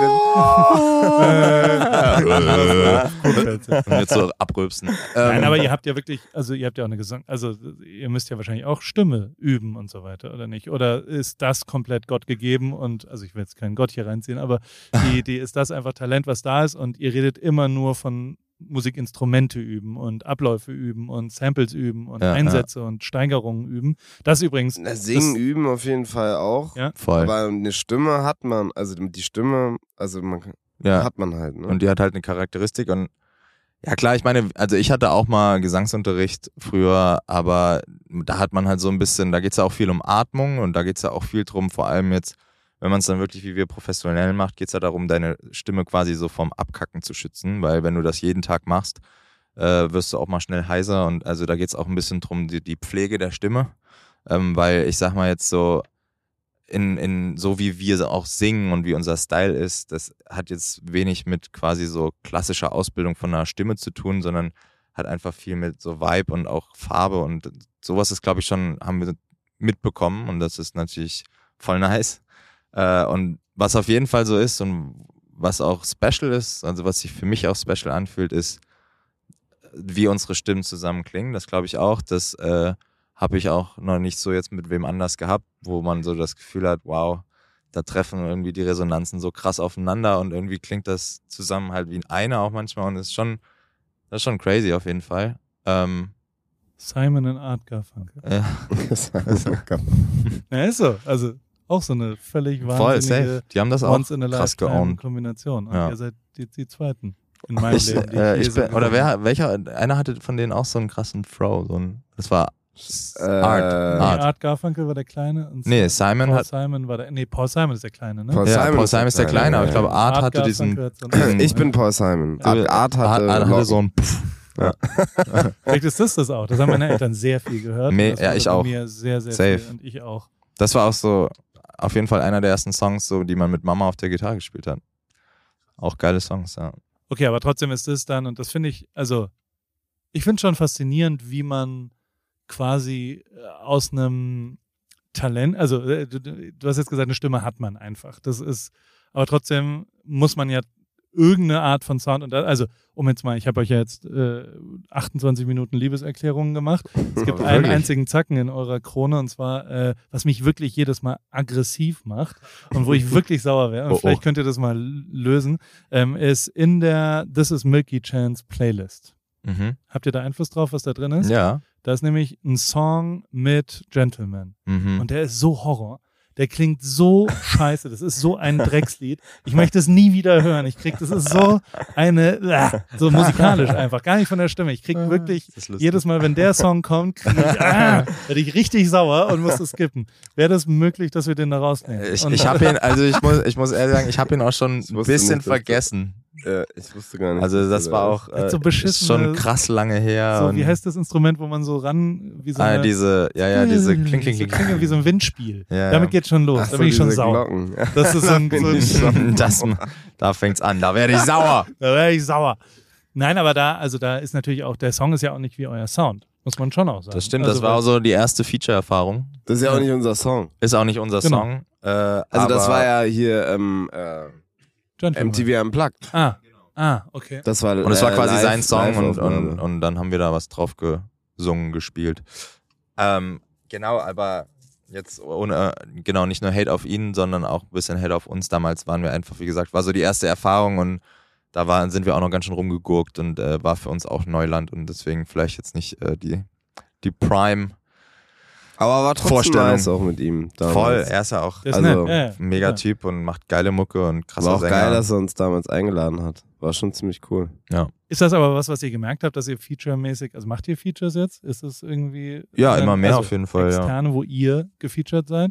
das und jetzt so abrülpsen. Nein, aber ihr habt ja wirklich, also ihr habt ja auch eine Gesang, also ihr müsst ja wahrscheinlich auch Stimme üben und so weiter, oder nicht? Oder ist das komplett Gott gegeben und, also ich will jetzt keinen Gott hier reinziehen, aber die ist das einfach Talent, was da ist und ihr redet immer nur von Musikinstrumente üben und Abläufe üben und Samples üben und Einsätze und Steigerungen üben. Das übrigens. Singen, üben auf jeden Fall auch. Ja. Voll. Aber eine Stimme hat man, also die Stimme, also Ja. hat man halt, ne? Und die hat halt eine Charakteristik und ja klar, ich meine, also ich hatte auch mal Gesangsunterricht früher, aber da hat man halt so ein bisschen, da geht's ja auch viel um Atmung und da geht's ja auch viel drum, vor allem jetzt, wenn man es dann wirklich wie wir professionell macht, geht's ja darum, deine Stimme quasi so vom Abkacken zu schützen, weil wenn du das jeden Tag machst, wirst du auch mal schnell heiser und also da geht's auch ein bisschen drum, die Pflege der Stimme, weil ich sag mal jetzt so, in so wie wir auch singen und wie unser Style ist, das hat jetzt wenig mit quasi so klassischer Ausbildung von einer Stimme zu tun, sondern hat einfach viel mit so Vibe und auch Farbe und sowas ist, glaube ich, schon, haben wir mitbekommen und das ist natürlich voll nice. Und was auf jeden Fall so ist und was auch special ist, also was sich für mich auch special anfühlt, ist, wie unsere Stimmen zusammen klingen. Das glaube ich auch. Das habe ich auch noch nicht so jetzt mit wem anders gehabt, wo man so das Gefühl hat, wow, da treffen irgendwie die Resonanzen so krass aufeinander und irgendwie klingt das zusammen halt wie eine auch manchmal und das ist schon crazy auf jeden Fall. Simon und Art Garfunkel. Ja. Ja, ist so. Also auch so eine völlig Voll, wahnsinnige safe. Die haben das auch Once in a krass Lifetime geowned. Kombination. Und Ja. ihr seid die Zweiten in meinem Leben. Die Einer hatte von denen auch so einen krassen Throw. Das war Art Art. Garfunkel war der Kleine. Und Nee, Simon Paul hat. Simon war der. Nee, Paul Simon ist der Kleine, ne? Paul Ja, Simon Paul Simon ist der Kleine, aber ich glaube, Art hatte diesen. Garfunkel hat so einen- Ich bin Paul Simon. Art hatte so ein. Vielleicht ist das auch. Das haben meine Eltern sehr viel gehört. Das Ja, wurde ich bei auch. mir sehr, sehr Safe. viel. Und ich auch. Das war auch so auf jeden Fall einer der ersten Songs, so, die man mit Mama auf der Gitarre gespielt hat. Auch geile Songs, ja. Okay, aber trotzdem ist das dann, und das finde ich, also, ich finde schon faszinierend, wie man quasi aus einem Talent, also du hast jetzt gesagt, eine Stimme hat man einfach. Das ist, aber trotzdem muss man ja irgendeine Art von Sound, und also, ich habe euch ja jetzt 28 Minuten Liebeserklärungen gemacht. Es gibt einen einzigen Zacken in eurer Krone, und zwar, was mich wirklich jedes Mal aggressiv macht und wo ich wirklich sauer wäre, und vielleicht könnt ihr das mal lösen, ist in der This is Milky Chance Playlist. Mhm. Habt ihr da Einfluss drauf, was da drin ist? Ja. Da ist nämlich ein Song mit Gentleman. Mhm. Und der ist so Horror. Der klingt so scheiße. Das ist so ein Dreckslied. Ich möchte es nie wieder hören. Das ist so so musikalisch einfach. Gar nicht von der Stimme. Ich krieg wirklich jedes Mal, wenn der Song kommt, werde ich richtig sauer und muss das skippen. Wäre das möglich, dass wir den da rausnehmen? Ich habe ihn, also ich muss ehrlich sagen, ich habe ihn auch schon ein bisschen vergessen. Ich wusste gar nicht. Also das war auch so ist schon krass lange her. So, und wie heißt das Instrument, wo man so ran, wie so eine, diese Kling, Kling, Kling. Klinge wie so ein Windspiel. Ja. Damit geht's schon los. Da bin ich schon sauer. Glocken. Das ist so ein Da fängt's an, da werde ich sauer. Da wäre ich sauer. Nein, aber da ist natürlich auch, der Song ist ja auch nicht wie euer Sound. Muss man schon auch sagen. Das stimmt, also, das war auch so die erste Feature-Erfahrung. Das ist ja auch nicht unser Song. Ist auch nicht unser Genau. Song. Also das war ja hier MTV Unplugged. Okay. Das war, und es war quasi sein Song Live-Aufnahme. und dann haben wir da was drauf gesungen, gespielt. Genau, aber jetzt nicht nur Hate auf ihn, sondern auch ein bisschen Hate auf uns. Damals waren wir einfach, wie gesagt, war so die erste Erfahrung und da sind wir auch noch ganz schön rumgegurkt und war für uns auch Neuland und deswegen vielleicht jetzt nicht die Prime. Aber war trotzdem Vorstellung. nice auch mit ihm damals. Voll, er ist ja auch Der ist also, nett. ein Megatyp und macht geile Mucke und krasser War auch Sänger. geil, dass er uns damals eingeladen hat. War schon ziemlich cool. Ist das aber was ihr gemerkt habt, dass ihr featuremäßig, also macht ihr Features jetzt? Ist es irgendwie Ja, immer mehr also auf jeden Fall, externe, wo ihr gefeatured seid?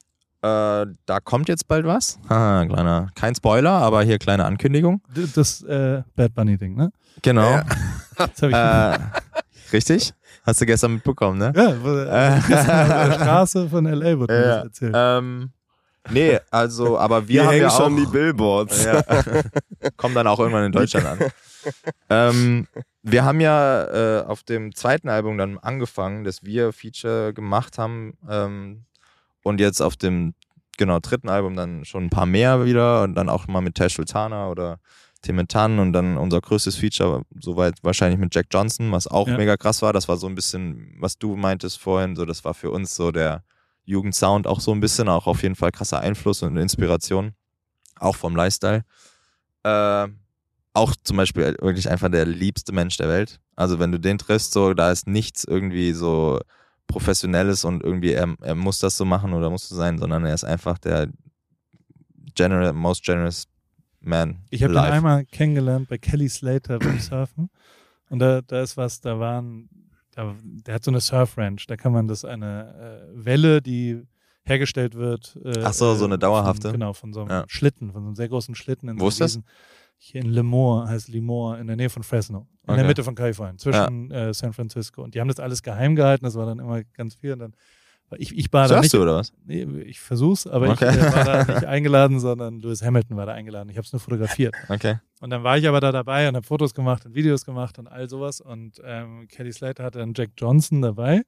Da kommt jetzt bald was. Haha, kein Spoiler, aber hier kleine Ankündigung. Das Bad Bunny Ding, ne? Genau. Ja. Das habe ich Richtig? Hast du gestern mitbekommen, ne? ja, gestern auf der Straße von L.A. wurde mir das erzählt. Nee, also, aber Wir wir haben hängen ja schon auch... die Billboards. Ja. Kommen dann auch irgendwann in Deutschland an. Wir haben ja auf dem zweiten Album dann angefangen, dass wir Feature gemacht haben und jetzt auf dem dritten Album dann schon ein paar mehr wieder und dann auch mal mit Tash Sultana oder Timetan und dann unser größtes Feature soweit wahrscheinlich mit Jack Johnson, was auch mega krass war. Das war so ein bisschen, was du meintest vorhin, so das war für uns so der Jugendsound auch so ein bisschen, auch auf jeden Fall krasser Einfluss und Inspiration, auch vom Lifestyle. Auch zum Beispiel wirklich einfach der liebste Mensch der Welt. Also wenn du den triffst, so da ist nichts irgendwie so Professionelles und irgendwie er muss das so machen oder muss so sein, sondern er ist einfach der most generous man. Ich habe ihn einmal kennengelernt bei Kelly Slater beim Surfen und da ist was, der hat so eine Surf-Ranch, da kann man eine Welle, die hergestellt wird. Ach so, so eine dauerhafte? Von so einem Schlitten, von so einem sehr großen Schlitten. Wo ist das? Hier in Lemoore, heißt Lemoore, in der Nähe von Fresno. In der Mitte von Kalifornien, zwischen San Francisco. Und die haben das alles geheim gehalten, das war dann immer ganz viel. Und dann ich war da nicht. Du, oder was? Nee, ich versuch's, aber ich war da nicht eingeladen, sondern Lewis Hamilton war da eingeladen. Ich habe es nur fotografiert. Okay. Und dann war ich aber da dabei und habe Fotos gemacht und Videos gemacht und all sowas. Und Kelly Slater hatte dann Jack Johnson dabei.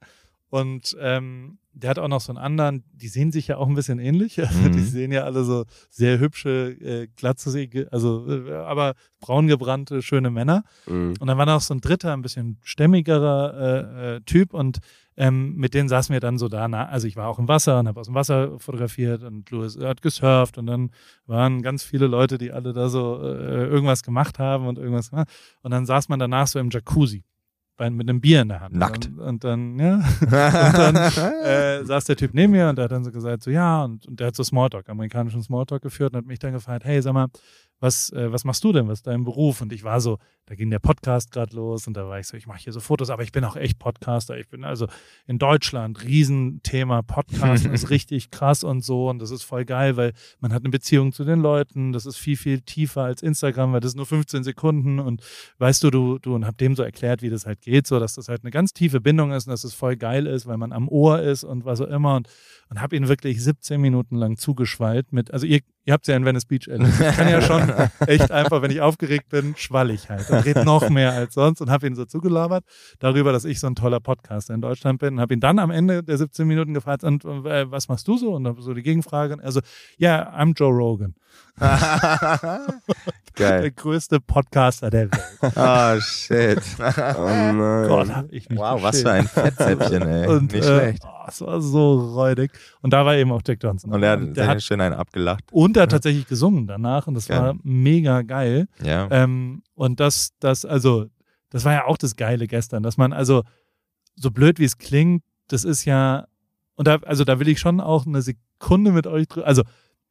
Und der hat auch noch so einen anderen, die sehen sich ja auch ein bisschen ähnlich. Also die sehen ja alle so sehr hübsche, glatzige, aber braungebrannte, schöne Männer. Und dann war noch so ein dritter, ein bisschen stämmigerer Typ und mit denen saßen wir dann so da, also ich war auch im Wasser und habe aus dem Wasser fotografiert und Louis hat gesurft und dann waren ganz viele Leute, die alle da so irgendwas gemacht haben und irgendwas gemacht. Und dann saß man danach so im Jacuzzi mit einem Bier in der Hand. Nackt. Und dann, ja. Und dann saß der Typ neben mir und der hat dann so gesagt, so ja, und der hat so Smalltalk, amerikanischen Smalltalk geführt und hat mich dann gefragt, hey, sag mal, was machst du denn? Was ist dein Beruf? Und ich war so, da ging der Podcast gerade los und da war ich so, ich mache hier so Fotos, aber ich bin auch echt Podcaster. Ich bin also in Deutschland, Riesenthema, Podcasten ist richtig krass und so und das ist voll geil, weil man hat eine Beziehung zu den Leuten, das ist viel, viel tiefer als Instagram, weil das ist nur 15 Sekunden und weißt du und hab dem so erklärt, wie das halt geht, so dass das halt eine ganz tiefe Bindung ist und dass es voll geil ist, weil man am Ohr ist und was auch immer und hab ihn wirklich 17 Minuten lang zugeschwallt mit, also ihr habt es ja in Venice Beach erlebt. Ich kann ja schon echt einfach, wenn ich aufgeregt bin, schwall ich halt und rede noch mehr als sonst und habe ihn so zugelabert darüber, dass ich so ein toller Podcaster in Deutschland bin und habe ihn dann am Ende der 17 Minuten gefragt, und was machst du so? Und dann so die Gegenfrage, also ja, I'm Joe Rogan. Geil. Der größte Podcaster der Welt. Oh, shit. Oh nein. Gott, hab ich mich Wow, was für ein Fettsäppchen, ey. und, Nicht schlecht. Es war so räudig. Und da war eben auch Jack Johnson. Und der der hat schön einen abgelacht. Und er hat tatsächlich gesungen danach und das war mega geil. Ja. Und das war ja auch das Geile gestern, dass man, also so blöd wie es klingt, das ist ja, und da will ich schon auch eine Sekunde mit euch drüber, also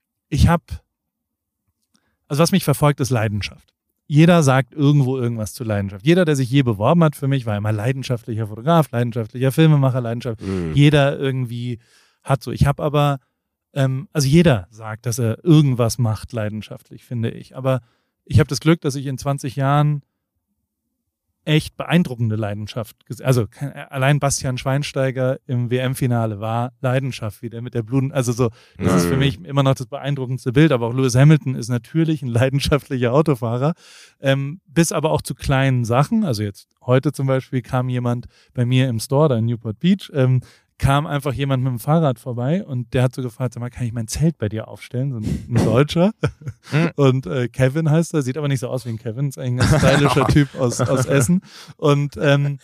was mich verfolgt, ist Leidenschaft. Jeder sagt irgendwo irgendwas zu Leidenschaft. Jeder, der sich je beworben hat für mich, war immer leidenschaftlicher Fotograf, leidenschaftlicher Filmemacher, Jeder irgendwie hat so. Ich habe aber, also jeder sagt, dass er irgendwas macht leidenschaftlich, finde ich. Aber ich habe das Glück, dass ich in 20 Jahren echt beeindruckende Leidenschaft, also allein Bastian Schweinsteiger im WM-Finale war Leidenschaft wieder mit der Bluten, also so, das ist für mich immer noch das beeindruckendste Bild, aber auch Lewis Hamilton ist natürlich ein leidenschaftlicher Autofahrer, bis aber auch zu kleinen Sachen, also jetzt heute zum Beispiel kam jemand bei mir im Store, da in Newport Beach, kam einfach jemand mit dem Fahrrad vorbei und der hat so gefragt, sag mal, kann ich mein Zelt bei dir aufstellen? So ein Deutscher. Und Kevin heißt er, sieht aber nicht so aus wie ein Kevin, ist eigentlich ein ganz stylischer Typ aus Essen. Und der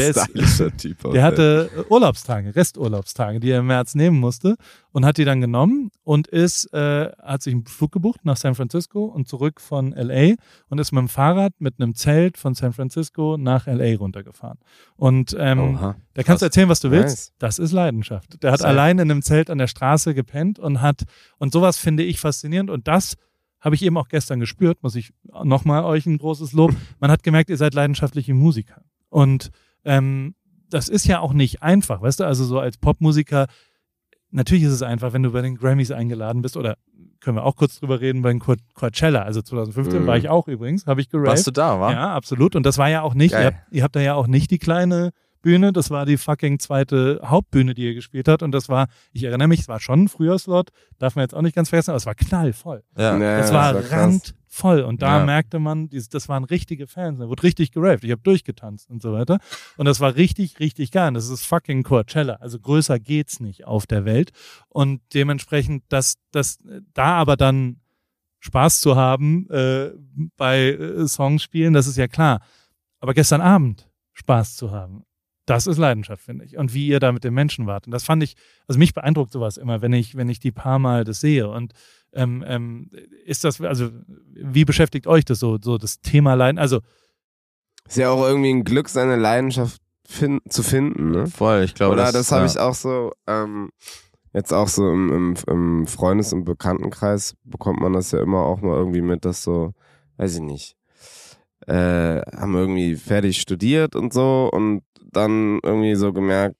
hatte Resturlaubstage, die er im März nehmen musste und hat die dann genommen und hat sich einen Flug gebucht nach San Francisco und zurück von LA und ist mit dem Fahrrad mit einem Zelt von San Francisco nach LA runtergefahren. Und da kannst du erzählen, was du willst. Nice. Das ist Leidenschaft. Der hat allein in einem Zelt an der Straße gepennt und sowas finde ich faszinierend und das habe ich eben auch gestern gespürt, muss ich nochmal euch ein großes Lob. Man hat gemerkt, ihr seid leidenschaftliche Musiker. Und das ist ja auch nicht einfach, weißt du, also so als Popmusiker, natürlich ist es einfach, wenn du bei den Grammys eingeladen bist oder können wir auch kurz drüber reden, bei den Coachella, also 2015 war ich auch übrigens, habe ich geraved. Warst du da, wa? Ja, absolut. Und das war ja auch nicht, ihr habt da ja auch nicht die kleine Bühne, das war die fucking zweite Hauptbühne, die ihr gespielt habt und das war, ich erinnere mich, es war schon ein Frühjahrslot, darf man jetzt auch nicht ganz vergessen, aber es war knallvoll. Ja. Das war randvoll und da merkte man, das waren richtige Fans, da wurde richtig geraved, ich habe durchgetanzt und so weiter und das war richtig, richtig geil. Das ist fucking Coachella, also größer geht's nicht auf der Welt und dementsprechend, da aber dann Spaß zu haben bei Songs spielen, das ist ja klar, aber gestern Abend Spaß zu haben, das ist Leidenschaft, finde ich. Und wie ihr da mit den Menschen wart. Und das fand ich, also mich beeindruckt sowas immer, wenn ich die paar Mal das sehe. Und ist das, also wie beschäftigt euch das so das Thema Leiden? Also ist ja auch irgendwie ein Glück, seine Leidenschaft zu finden, ne? Voll, ich glaube. Oder das habe ich auch so, jetzt auch so im Freundes- und Bekanntenkreis bekommt man das ja immer auch mal irgendwie mit, dass so, weiß ich nicht, haben irgendwie fertig studiert und so und dann irgendwie so gemerkt,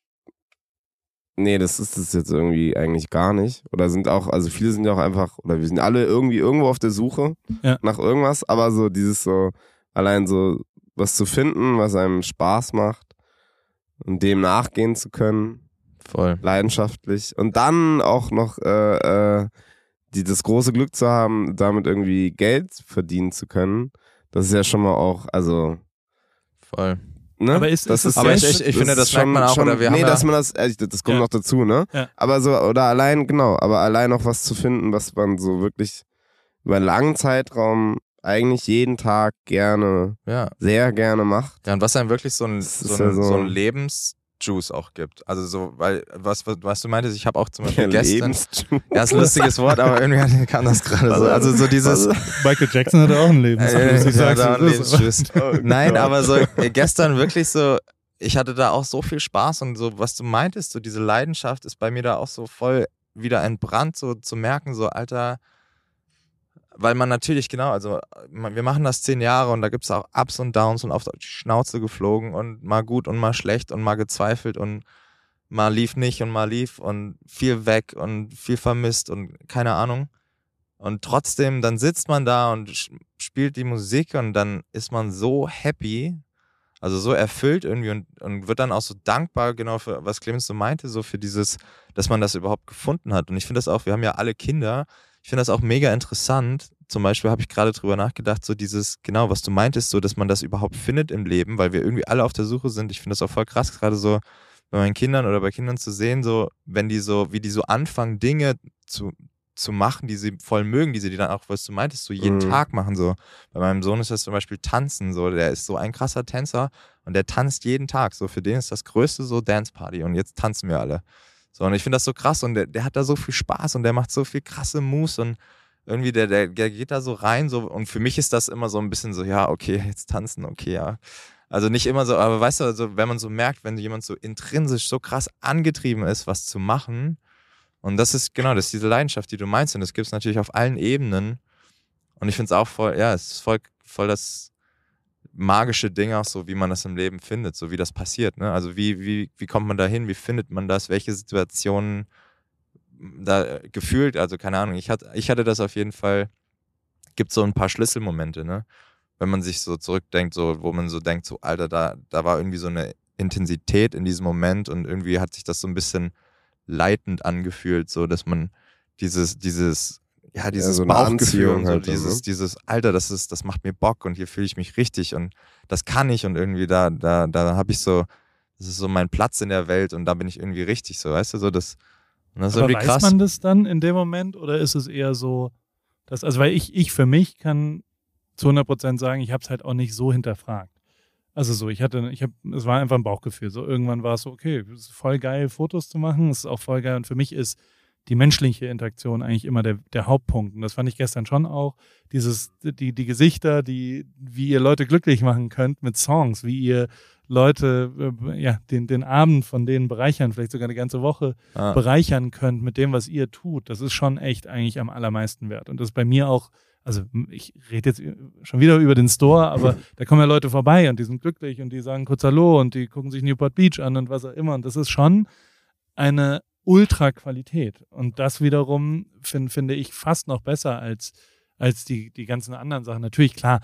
nee, das ist es jetzt irgendwie eigentlich gar nicht. Oder sind auch, also viele sind ja auch einfach, oder wir sind alle irgendwie irgendwo auf der Suche nach irgendwas, aber so dieses so, allein so was zu finden, was einem Spaß macht und dem nachgehen zu können. Voll. Leidenschaftlich. Und dann auch noch das große Glück zu haben, damit irgendwie Geld verdienen zu können. Das ist ja schon mal auch, also voll. ne? Aber ist das es aber echt- ich finde, das merkt man auch, oder wir haben dass ja- man das kommt Ja. noch dazu, ne? Ja. Aber so, oder allein, genau, aber allein auch was zu finden, was man so wirklich über einen langen Zeitraum eigentlich jeden Tag gerne, Ja. sehr gerne macht. Ja, und was einem wirklich so ein Das ist ja so- so ein Lebensjuice auch gibt. Also so, weil, was du meintest, ich habe auch zum Beispiel Der gestern... Lebensjuice. Ja, ist ein lustiges Wort, aber irgendwie kam das gerade so. Also so dieses... Michael Jackson hatte auch ein Leben. Ja, da ein Lebensjuice. Oh Nein, Gott. aber so gestern wirklich so, ich hatte da auch so viel Spaß und so, was du meintest, so diese Leidenschaft ist bei mir da auch so voll wieder entbrannt, so zu merken, so Alter, weil man natürlich, genau, also wir machen das 10 Jahre und da gibt es auch Ups und Downs und auf die Schnauze geflogen und mal gut und mal schlecht und mal gezweifelt und mal lief nicht und mal lief und viel weg und viel vermisst und keine Ahnung. Und trotzdem, dann sitzt man da und spielt die Musik und dann ist man so happy, also so erfüllt irgendwie und wird dann auch so dankbar, genau für was Clemens so meinte, so für dieses, dass man das überhaupt gefunden hat. Und ich finde das auch, wir haben ja alle Kinder, ich finde das auch mega interessant. Zum Beispiel habe ich gerade drüber nachgedacht, so dieses, genau, was du meintest, so, dass man das überhaupt findet im Leben, weil wir irgendwie alle auf der Suche sind. Ich finde das auch voll krass, gerade so bei meinen Kindern oder bei Kindern zu sehen, so, wenn die so, wie die so anfangen, Dinge zu machen, die sie voll mögen, die dann auch, was du meintest, so jeden Tag machen, so. Bei meinem Sohn ist das zum Beispiel Tanzen, so, der ist so ein krasser Tänzer und der tanzt jeden Tag, so, für den ist das Größte so Dance Party und jetzt tanzen wir alle. So, und ich finde das so krass und der hat da so viel Spaß und der macht so viel krasse Moves und irgendwie der geht da so rein, so, und für mich ist das immer so ein bisschen so, ja, okay, jetzt tanzen, okay, ja. Also nicht immer so, aber weißt du, also wenn man so merkt, wenn jemand so intrinsisch so krass angetrieben ist, was zu machen. Und das ist, genau, das ist diese Leidenschaft, die du meinst. Und das gibt es natürlich auf allen Ebenen. Und ich finde es auch voll, ja, es ist voll das magische Ding auch so, wie man das im Leben findet, so wie das passiert. Ne? Also wie kommt man da hin, wie findet man das, welche Situationen da gefühlt, also keine Ahnung. Ich hatte das auf jeden Fall, gibt so ein paar Schlüsselmomente, ne? Wenn man sich so zurückdenkt, so, wo man so denkt, so Alter, da war irgendwie so eine Intensität in diesem Moment und irgendwie hat sich das so ein bisschen leitend angefühlt, so dass man dieses so eine Bauchgefühl Anziehung und so hatte, ne? dieses Alter, das macht mir Bock und hier fühle ich mich richtig und das kann ich und irgendwie da habe ich so, das ist so mein Platz in der Welt und da bin ich irgendwie richtig, so, weißt du, so das und das ist Aber irgendwie weiß krass. man das dann in dem Moment oder ist es eher so, dass, also weil ich für mich kann zu 100% sagen, ich habe es halt auch nicht so hinterfragt. Also so, es war einfach ein Bauchgefühl. So irgendwann war es so, okay, es ist voll geil, Fotos zu machen, es ist auch voll geil. Und für mich ist die menschliche Interaktion eigentlich immer der Hauptpunkt. Und das fand ich gestern schon auch. Die Gesichter, wie ihr Leute glücklich machen könnt mit Songs, wie ihr Leute, den Abend von denen bereichern, vielleicht sogar eine ganze Woche bereichern könnt mit dem, was ihr tut. Das ist schon echt eigentlich am allermeisten wert. Und das ist bei mir auch, also ich rede jetzt schon wieder über den Store, aber da kommen ja Leute vorbei und die sind glücklich und die sagen kurz Hallo und die gucken sich Newport Beach an und was auch immer. Und das ist schon eine Ultra-Qualität. Und das wiederum finde ich fast noch besser als die ganzen anderen Sachen. Natürlich, klar,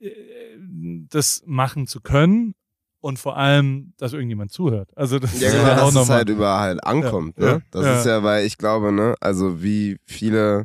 das machen zu können und vor allem, dass irgendjemand zuhört. Also das Ja, ist genau, ja auch dass es nochmal. halt überall ankommt, Ja, ne? Das ja. ist ja, weil ich glaube, ne, also wie viele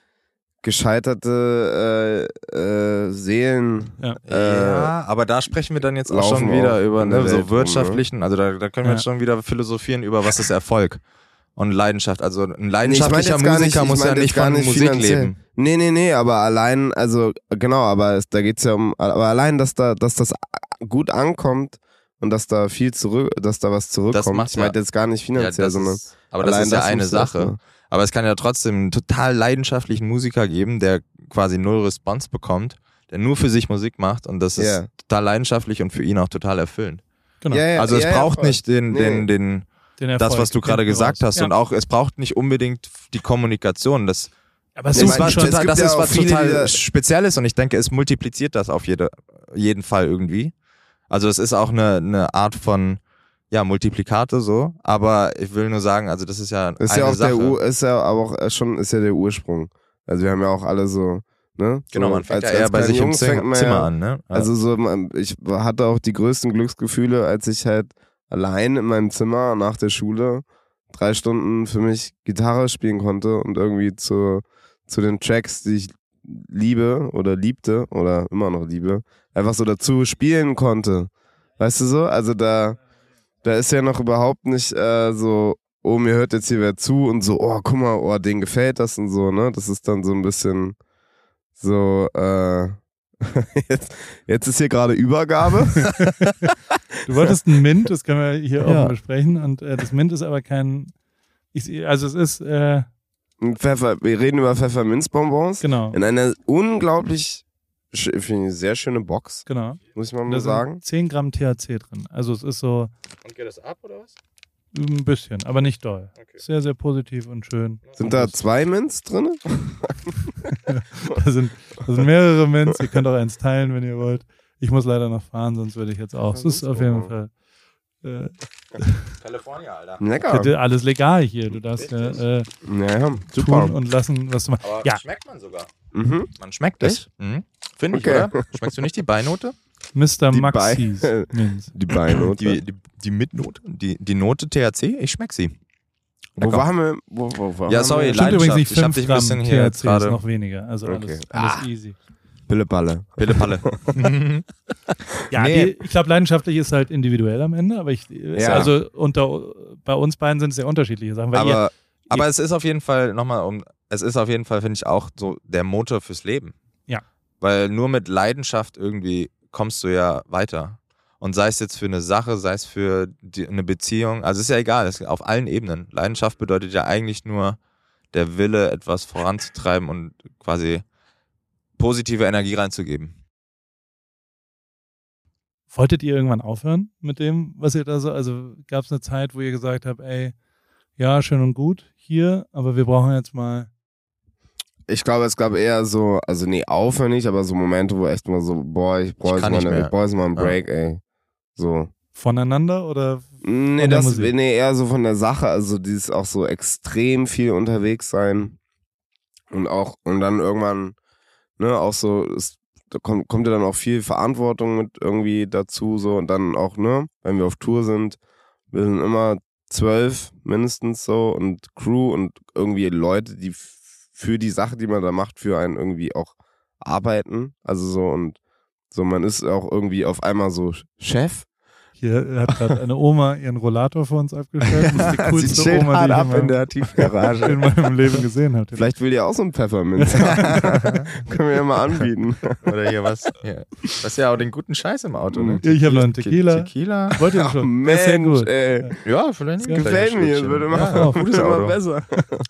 gescheiterte Seelen Ja, aber da sprechen wir dann jetzt auch schon laufen wieder auch über in der ne, Welt so rum, wirtschaftlichen, also da können wir jetzt schon wieder philosophieren über, was ist Erfolg und Leidenschaft. Also ein leidenschaftlicher Musiker muss ja nicht von Musik leben. Nee, aber allein, also genau, aber da geht's ja um, aber allein, dass das gut ankommt und dass da was zurückkommt. macht Ich meinte jetzt gar nicht finanziell, sondern aber das allein ist ja das eine muss das, Sache. ne? Aber es kann ja trotzdem einen total leidenschaftlichen Musiker geben, der quasi null Response bekommt, der nur für sich Musik macht und das ist total leidenschaftlich und für ihn auch total erfüllend. Genau. Also es braucht voll. nicht Den das, Erfolg was du gerade hinten gesagt raus. hast und auch, es braucht nicht unbedingt die Kommunikation. Das Aber ist so meine, was es gibt das ja ist auch was viele, total die da- Spezielles und ich denke, es multipliziert das auf jeden Fall irgendwie. Also es ist auch eine Art von Multiplikator so, aber ich will nur sagen, also das ist ja Ist eine ja auch Sache. ist ja aber auch schon ist ja der Ursprung. Also wir haben ja auch alle so, ne? Genau, so, man fängt als ja eher bei kleine sich im Jungs fängt man Zimmer ja, an, ne? Ja. Also so, ich hatte auch die größten Glücksgefühle, als ich halt allein in meinem Zimmer nach der Schule 3 Stunden für mich Gitarre spielen konnte und irgendwie zu den Tracks, die ich liebe oder liebte oder immer noch liebe, einfach so dazu spielen konnte. Weißt du so? Also da ist ja noch überhaupt nicht so, oh, mir hört jetzt hier wer zu und so, oh, guck mal, oh, denen gefällt das und so, ne? Das ist dann so ein bisschen so, jetzt ist hier gerade Übergabe. Du wolltest einen Mint, das können wir hier offen besprechen. Und das Mint ist aber kein. Also es ist. Wir reden über Pfefferminzbonbons. Genau. In einer unglaublich, finde ich, sehr schöne Box. Genau. Muss ich mal Da sagen. sind 10 Gramm THC drin. Also es ist so. Und geht das ab oder was? Ein bisschen, aber nicht doll. Okay. Sehr, sehr positiv und schön. Sind da 2 Mints drin? Da sind mehrere Mints. Ihr könnt auch eins teilen, wenn ihr wollt. Ich muss leider noch fahren, sonst würde ich jetzt auch. Es ist auf jeden Fall California, Alter. Lecker. alles legal hier. Du darfst Ja, tun und lassen, was du machst. Aber Ja, schmeckt man sogar. Mhm. Man schmeckt es. Mhm. Finde ich, Okay. oder? Schmeckst du nicht die Beinote? Mr. Die Maxis Minz. Die Beinote. Die Mitnote? Die Note THC? Ich schmeck sie. Wo Lecker. waren wir? Wo Ja, sorry, Stimmt übrigens nicht, Ich hab 5 dich ein Gramm bisschen hier THC ist gerade... noch weniger. Also alles Okay. easy. Pille-Palle. Pille-Palle. Ja, Nee. ich glaube, leidenschaftlich ist halt individuell am Ende, aber Ja. also bei uns beiden sind es sehr unterschiedliche Sachen. Weil Aber es ist auf jeden Fall, es ist auf jeden Fall, finde ich, auch so der Motor fürs Leben. Ja. Weil nur mit Leidenschaft irgendwie kommst du ja weiter. Und sei es jetzt für eine Sache, sei es für eine Beziehung, also ist ja egal, es ist auf allen Ebenen. Leidenschaft bedeutet ja eigentlich nur der Wille, etwas voranzutreiben und quasi positive Energie reinzugeben. Wolltet ihr irgendwann aufhören mit dem, was ihr da so, also gab es eine Zeit, wo ihr gesagt habt, ey, ja, schön und gut hier, aber wir brauchen jetzt mal. Ich glaube, es gab eher so, also nee, aufhören nicht, aber so Momente, wo echt mal so, boah, ich brauche jetzt mal einen Break, ey. So. Voneinander oder? Nee, der Musik? eher so von der Sache, also dieses auch so extrem viel unterwegs sein und dann irgendwann, ne, auch so, da kommt ja dann auch viel Verantwortung mit irgendwie dazu, so, und dann auch, ne, wenn wir auf Tour sind, wir sind immer 12 mindestens so und Crew und irgendwie Leute, die für die Sache, die man da macht, für einen irgendwie auch arbeiten, also so, und so, man ist auch irgendwie auf einmal so Chef. Hier hat gerade eine Oma ihren Rollator vor uns abgestellt. Das ist die coolste Oma, die ich in der Tiefgarage. in meinem Leben gesehen habe. Vielleicht will ihr auch so ein Pfefferminz. Können wir ja mal anbieten. Oder hier was. Hier. Das ist ja auch den guten Scheiß im Auto, ne? Ich habe noch einen Tequila. Tequila. Wollt ihr schon? Das ist sehr gut. Ey. Ja, vielleicht Das gefällt mir. Es wird immer, gutes immer Auto. besser.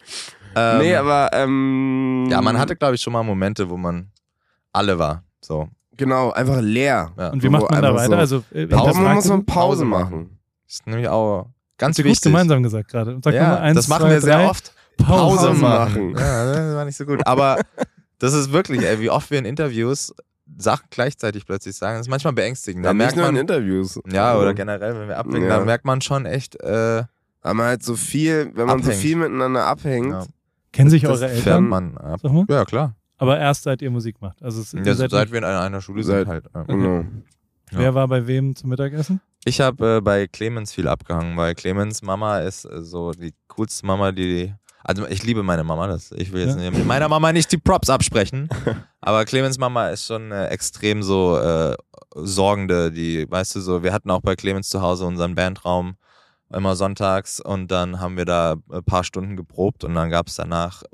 Nee, aber ja, man hatte, glaube ich, schon mal Momente, wo man alle war. So. genau, einfach leer. Ja. Und wie macht man da einfach weiter? so. Also, Man muss man Pause Pause machen. Das ist nämlich auch ganz gut wichtig. gemeinsam gesagt gerade. Sag Ja, mal 1, das machen 2, wir sehr 3. oft. Pause machen. Ja, das war nicht so gut. Aber das ist wirklich, ey, wie oft wir in Interviews Sachen gleichzeitig plötzlich sagen. Das ist manchmal beängstigend. Da Ja, merkt nicht nur in man, Interviews. ja, oder generell, wenn wir abhängen, Ja. da merkt man schon echt, Aber man halt so viel, wenn man so Abhängt. viel miteinander abhängt. ja, Kennen sich Das eure fährt Eltern? man ab. Sag mal. Ja, klar. Aber erst seit ihr Musik macht. Also Ja, seit wir in einer Schule sind Seit- halt. Ja. Genau. Wer war bei wem zum Mittagessen? Ich habe bei Clemens viel abgehangen, weil Clemens Mama ist so die coolste Mama, also ich liebe meine Mama, ich will jetzt mit meiner Mama nicht die Props absprechen, aber Clemens Mama ist schon extrem so sorgende, weißt du so, wir hatten auch bei Clemens zu Hause unseren Bandraum immer sonntags und dann haben wir da ein paar Stunden geprobt und dann gab es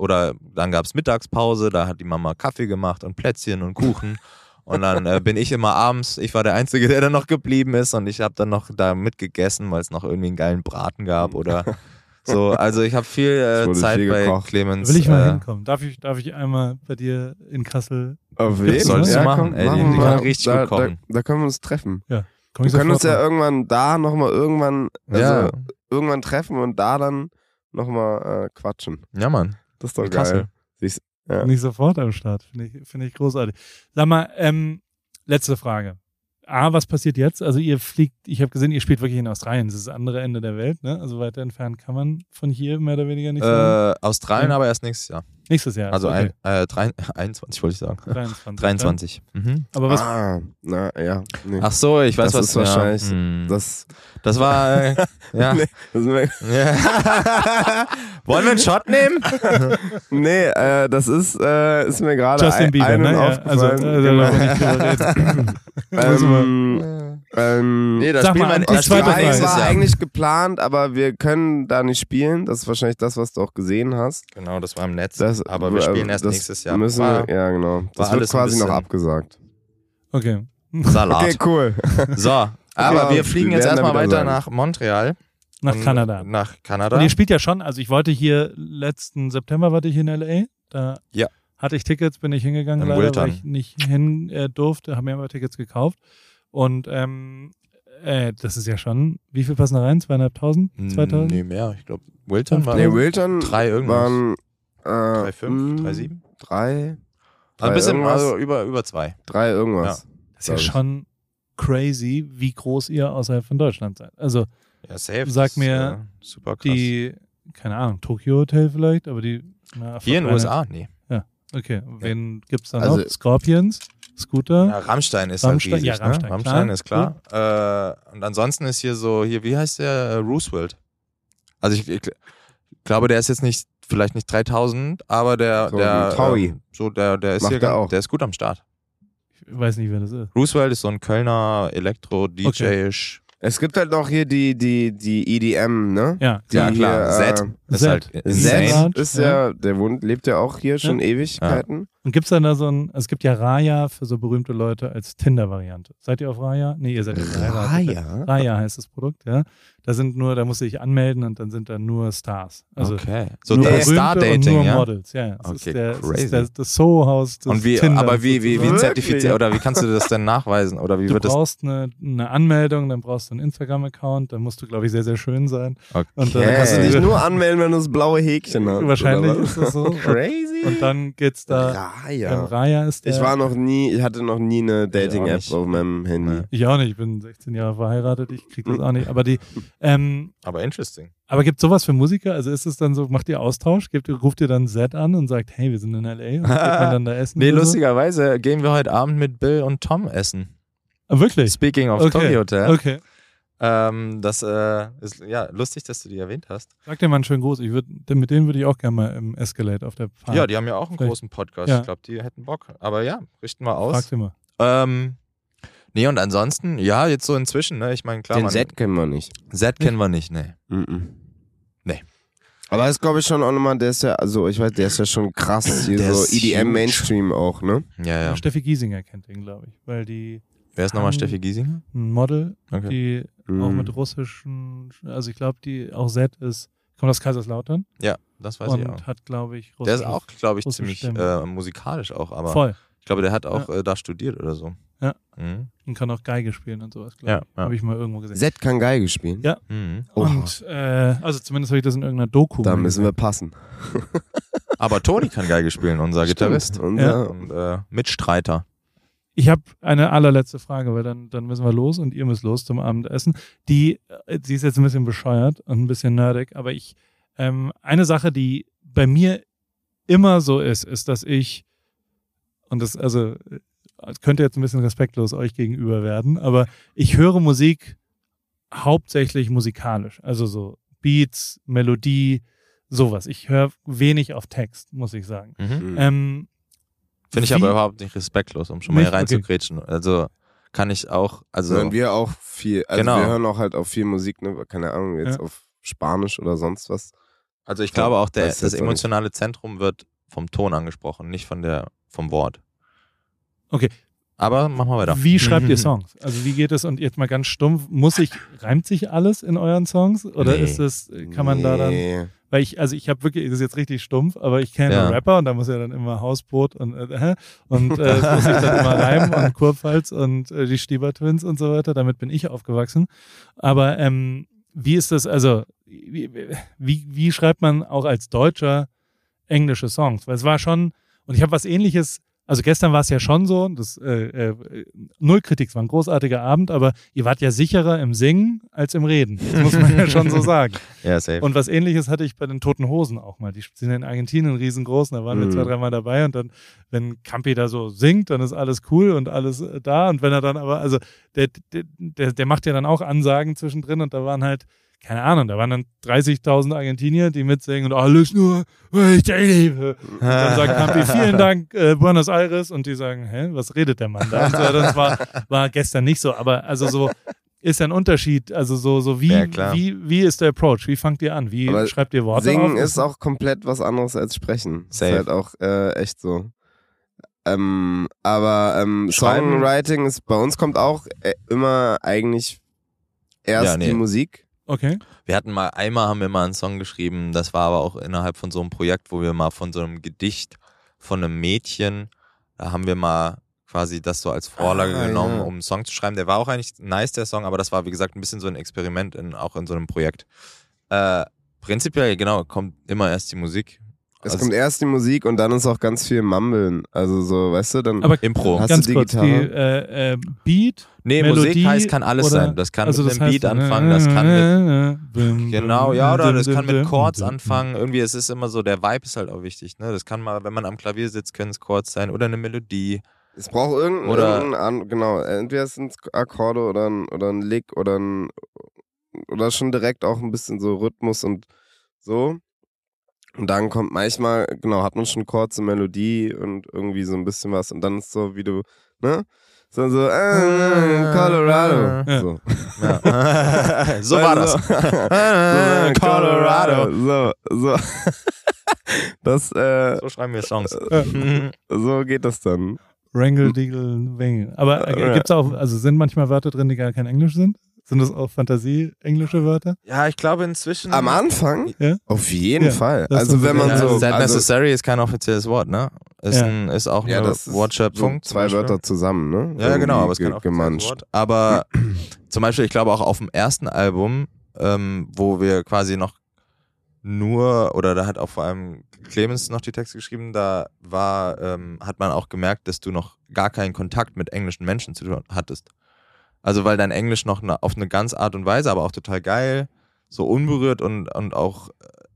Mittagspause, da hat die Mama Kaffee gemacht und Plätzchen und Kuchen. Und dann bin ich immer abends, ich war der Einzige, der dann noch geblieben ist und ich habe dann noch da mitgegessen, weil es noch irgendwie einen geilen Braten gab oder so. Also ich habe viel wurde Zeit viel bei gekocht. Clemens. Will ich mal hinkommen? Darf ich einmal bei dir in Kassel? Auf jeden Solltest Fall. du machen, ey, die wir kann mal. richtig gut kochen. Da können wir uns treffen. Komm Wir können uns ja mal. irgendwann da nochmal Ja. irgendwann treffen und da dann nochmal quatschen. Ja, Mann. Das ist doch In geil. Kassel. Ja. Nicht sofort am Start. Finde ich großartig. Sag mal, letzte Frage. Was passiert jetzt? Also ihr fliegt, ich habe gesehen, ihr spielt wirklich in Australien. Das ist das andere Ende der Welt, ne? Also weiter entfernt kann man von hier mehr oder weniger nicht sein. Australien Ja. aber erst nächstes Jahr. Nächstes Jahr. Also okay. 21 wollte ich sagen. 23. 23. Mhm. Aber was, Na ja. Nee. Ach so, ich weiß Das was. ist wahrscheinlich- Ja. Das, Das war, ja. nee, das ist mir- Ja. Wollen wir einen Shot nehmen? Nee, das ist mir gerade Justin Bieber, einem ne? Ja, aufgefallen. Nee, das Sag Spiel mal, mein die erstes zweite Mal Frage. nächstes war Jahr. eigentlich geplant, aber wir können da nicht spielen. Das ist wahrscheinlich das, was du auch gesehen hast. Genau, das war im Netz. Das, aber wir spielen erst das nächstes Jahr. Müssen War- wir, ja, genau. Das war wird alles ein quasi noch bisschen- abgesagt. Okay. Salat. Okay, cool. So, aber Okay, wir fliegen wir jetzt werden erstmal da wieder weiter sein. nach Montreal. Nach Und- Kanada. Nach Kanada. Und ihr spielt ja schon, also ich wollte hier, letzten September war ich in L.A., da Ja. hatte ich Tickets, bin ich hingegangen, Im leider, Wilton. weil ich nicht hin durfte, habe mir aber Tickets gekauft. Und das ist ja schon, wie viel passen da rein? 2.500? 2.000? Nee, mehr. Ich glaube, Wilton war Nee, Wilton 3 irgendwas. waren 3,5, 3,7? 3, Also ein bisschen, irgendwas. also über 2. 3 irgendwas. Das ist ja glaub ich. schon crazy, wie groß ihr außerhalb von Deutschland seid. Also Ja, safe. Sag Das ist, mir, super krass. die, keine Ahnung, Tokyo Hotel vielleicht, aber die... Na, Hier in den USA? Nee. Okay, wen gibt's da Also- noch? Scorpions? Scooter? Ja, Rammstein ist Rammstein- halt riesig, ja, Rammstein, ne? Rammstein klar. ist klar. Und ansonsten ist hier so, wie heißt der? Roosevelt. Also ich glaube, der ist jetzt vielleicht nicht 3000, aber der So ein Taui. der ist Macht hier er auch. der ist gut am Start. Ich weiß nicht, wer das ist. Roosevelt ist so ein Kölner Elektro-DJ-isch. Es gibt halt noch hier die EDM, ne? Ja, Die Ja, klar. hier, Z ist Z. halt Z. insane. Zed. ist ja, der lebt ja auch hier schon Ewigkeiten. Und gibt's dann da so ein, es gibt ja Raya für so berühmte Leute als Tinder-Variante. Seid ihr auf Raya? Nee, ihr seid ja verheiratet. Raya? Raya heißt das Produkt, ja. Da musst du dich anmelden und dann sind da nur Stars. Also Okay. So nur der berühmte und Star-Dating, nur ja? Models, ja. Das Okay, ist das crazy. ist das Soho-Haus des Und wie, Tinders aber wie sozusagen. zertifiziert, oder wie kannst du das denn nachweisen? Oder wie Du wird das? brauchst eine Anmeldung, dann brauchst du einen Instagram-Account, dann musst du, glaube ich, sehr, sehr schön sein. Okay. Und dann Kannst du dich diese- nur anmelden, wenn du das blaue Häkchen hast. Wahrscheinlich oder was? ist das so. Crazy. Und dann geht's da. Raya. Raya ist der. Ich hatte noch nie eine auch Dating-App nicht. auf meinem Handy. Nee. Ich auch nicht, ich bin 16 Jahre verheiratet, ich krieg das auch nicht. Aber Aber interesting. aber gibt sowas für Musiker? Also ist es dann so, macht ihr Austausch? Ruft ihr dann Zed an und sagt, hey, wir sind in L.A. und geht man dann da essen? Nee, oder so? lustigerweise gehen wir heute Abend mit Bill und Tom essen. Ah, wirklich? Speaking of Okay. Tokyo Hotel. Okay. Das ist ja lustig, dass du die erwähnt hast. Sag dir mal einen schönen Gruß. Mit denen würde ich auch gerne mal im Escalade auf der Fahrt. Ja, die haben ja auch einen Vielleicht- großen Podcast. Ja. Ich glaube, die hätten Bock. Aber ja, richten wir Frag aus. sie mal. Nee, und ansonsten, ja, jetzt so inzwischen, ne? Ich meine, klar, Den Z kennen wir nicht. Z kennen wir nicht, ne. Nee. Aber das ist, glaube ich, schon auch nochmal, der ist ja, also ich weiß, der ist ja schon krass, hier Der so ist EDM huge. Mainstream auch, ne? Ja, ja. Steffi Giesinger kennt den, glaube ich. Weil die Wer ist nochmal Steffi Giesinger? ein Model, Okay. die auch mit russischen, also ich glaube, die auch Z ist, kommt aus Kaiserslautern Ja, das weiß ich auch. und hat, glaube ich, Der ist auch, glaube ich, russische ziemlich Stimme. musikalisch auch, aber voll ich glaube, der hat auch da studiert oder so. Ja. Mhm. und kann auch Geige spielen und sowas, glaube Ja, ich. ja. Habe ich mal irgendwo gesehen. Z kann Geige spielen. Ja. Mhm. Und also zumindest habe ich das in irgendeiner Doku. Da mal müssen wir gesehen. passen. Aber Toni kann Geige spielen, unser Gitarrist. Unser, Und Mitstreiter. Ich habe eine allerletzte Frage, weil dann müssen wir los und ihr müsst los zum Abendessen. Die ist jetzt ein bisschen bescheuert und ein bisschen nerdig, aber eine Sache, die bei mir immer so ist, dass ich, und das könnte jetzt ein bisschen respektlos euch gegenüber werden, aber ich höre Musik hauptsächlich musikalisch, also so Beats, Melodie, sowas. Ich höre wenig auf Text, muss ich sagen. Mhm. Finde ich wie- aber überhaupt nicht respektlos, um schon mal Nicht? hier reinzugrätschen. Also kann ich auch, also hören wir auch viel, also Genau. wir hören auch halt auch viel Musik, ne? Keine Ahnung, jetzt Ja. auf Spanisch oder sonst was. Also ich glaube auch, Weiß das jetzt auch emotionale Zentrum wird vom Ton angesprochen, nicht vom Wort. Okay. Aber machen wir weiter. Wie schreibt ihr Songs? Also wie geht es? Und jetzt mal ganz stumpf, reimt sich alles in euren Songs? Oder Nee. ist es, kann man da dann, Nee. weil ich habe wirklich, das ist jetzt richtig stumpf, aber ich kenne Ja. einen Rapper und da muss ja dann immer Hausbrot und das muss ich dann immer reimen und Kurpfalz und die Stieber Twins und so weiter, damit bin ich aufgewachsen. Aber wie ist das, also wie schreibt man auch als Deutscher englische Songs? Weil es war schon, und ich habe was Ähnliches. Also gestern war es ja schon so, null Kritik, es war ein großartiger Abend, aber ihr wart ja sicherer im Singen als im Reden. Das muss man ja schon so sagen. Ja, safe. Und was Ähnliches hatte ich bei den Toten Hosen auch mal. Die sind in Argentinien riesengroß, und da waren wir 2-3 Mal dabei und dann, wenn Campi da so singt, dann ist alles cool und alles da und wenn er dann aber, also der macht ja dann auch Ansagen zwischendrin und da waren halt, keine Ahnung, da waren dann 30.000 Argentinier, die mitsingen und alles nur, weil ich dich liebe. Und dann sagt Campi, vielen Dank, Buenos Aires, und die sagen, hä, was redet der Mann da? Und so, das war gestern nicht so, aber also so ist ein Unterschied, also so wie ist der Approach? Wie fangt ihr an? Wie schreibt ihr Worte Singen auf? ist auch komplett was anderes als Sprechen. Safe. Ist halt auch echt so. Aber Songwriting ist, bei uns kommt auch immer eigentlich erst die Musik. Okay. Wir hatten einmal haben wir mal einen Song geschrieben, das war aber auch innerhalb von so einem Projekt, wo wir mal von so einem Gedicht von einem Mädchen, da haben wir mal quasi das so als Vorlage genommen, um einen Song zu schreiben. Der war auch eigentlich nice, der Song, aber das war, wie gesagt, ein bisschen so ein Experiment auch in so einem Projekt. Prinzipiell, genau, kommt immer erst die Musik. Es kommt erst die Musik und dann ist auch ganz viel Mumbeln. Also so, weißt du, dann aber Impro. hast ganz du die kurz, Gitarre. die Beat, Nee, Melodie, Musik kann alles oder, sein. Das kann also mit das einem Beat heißt, anfangen, das kann mit genau, ja, oder das kann mit Chords anfangen. Irgendwie, es ist immer so, der Vibe ist halt auch wichtig. Ne? Das kann mal, wenn man am Klavier sitzt, können es Chords sein oder eine Melodie. Es braucht irgendeinen, genau, entweder sind es Akkorde oder ein Lick oder schon direkt auch ein bisschen so Rhythmus und so. Und dann kommt manchmal, genau, hat man schon kurze Melodie und irgendwie so ein bisschen was und dann ist so, wie du, ne? So, Colorado. Ja. So. Ja. So war das. Colorado. So. Das, So schreiben wir Songs. so geht das dann. Wrangle, Diggle, Wengel. Aber gibt's auch, also sind manchmal Wörter drin, die gar kein Englisch sind? Sind das auch Fantasie-englische Wörter? Ja, ich glaube inzwischen. Am Anfang? Ja? Auf jeden Fall. Das Also ist wenn man so... That necessary ist kein offizielles Wort, ne? Ist auch eine Wortschöpfung. So zwei Wörter zusammen, ne? Ja, genau, aber es ist kein offizielles gemanscht. Wort. Aber zum Beispiel, ich glaube auch auf dem ersten Album, wo wir quasi noch da hat auch vor allem Clemens noch die Texte geschrieben, da hat man auch gemerkt, dass du noch gar keinen Kontakt mit englischen Menschen zu tun hattest. Also weil dein Englisch noch auf eine ganz Art und Weise, aber auch total geil, so unberührt und auch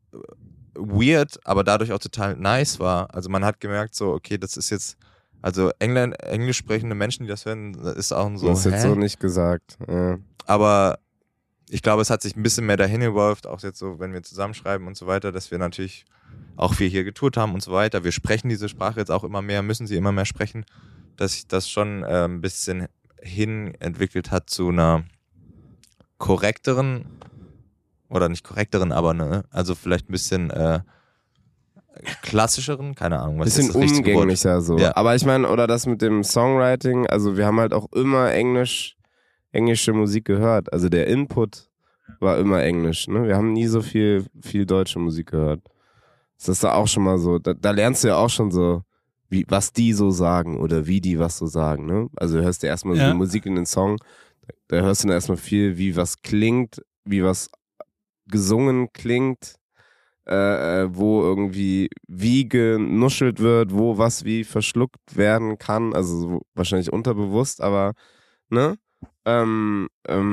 weird, aber dadurch auch total nice war. Also man hat gemerkt so, okay, das ist jetzt, also englisch sprechende Menschen, die das hören, ist auch so, das ist jetzt so nicht gesagt. Ja. Aber ich glaube, es hat sich ein bisschen mehr dahin evolved, auch jetzt so, wenn wir zusammenschreiben und so weiter, dass wir natürlich auch viel hier getourt haben und so weiter. Wir sprechen diese Sprache jetzt auch immer mehr, müssen sie immer mehr sprechen, dass sich das schon ein bisschen hin entwickelt hat zu einer korrekteren, oder nicht korrekteren, aber also vielleicht ein bisschen klassischeren, keine Ahnung, was bisschen ist das richtige Wort? umgänglicher so. Ja. Aber ich meine, oder das mit dem Songwriting, also wir haben halt auch immer englische Musik gehört. Also der Input war immer Englisch, ne? Wir haben nie so viel deutsche Musik gehört. Das ist da auch schon mal so, da lernst du ja auch schon so, was die so sagen oder wie die was so sagen, ne? Also hörst du erstmal so die Musik in den Song, da hörst du dann erstmal viel, wie was klingt, wie was gesungen klingt, wo irgendwie wie genuschelt wird, wo was wie verschluckt werden kann, also so wahrscheinlich unterbewusst, aber ne? Und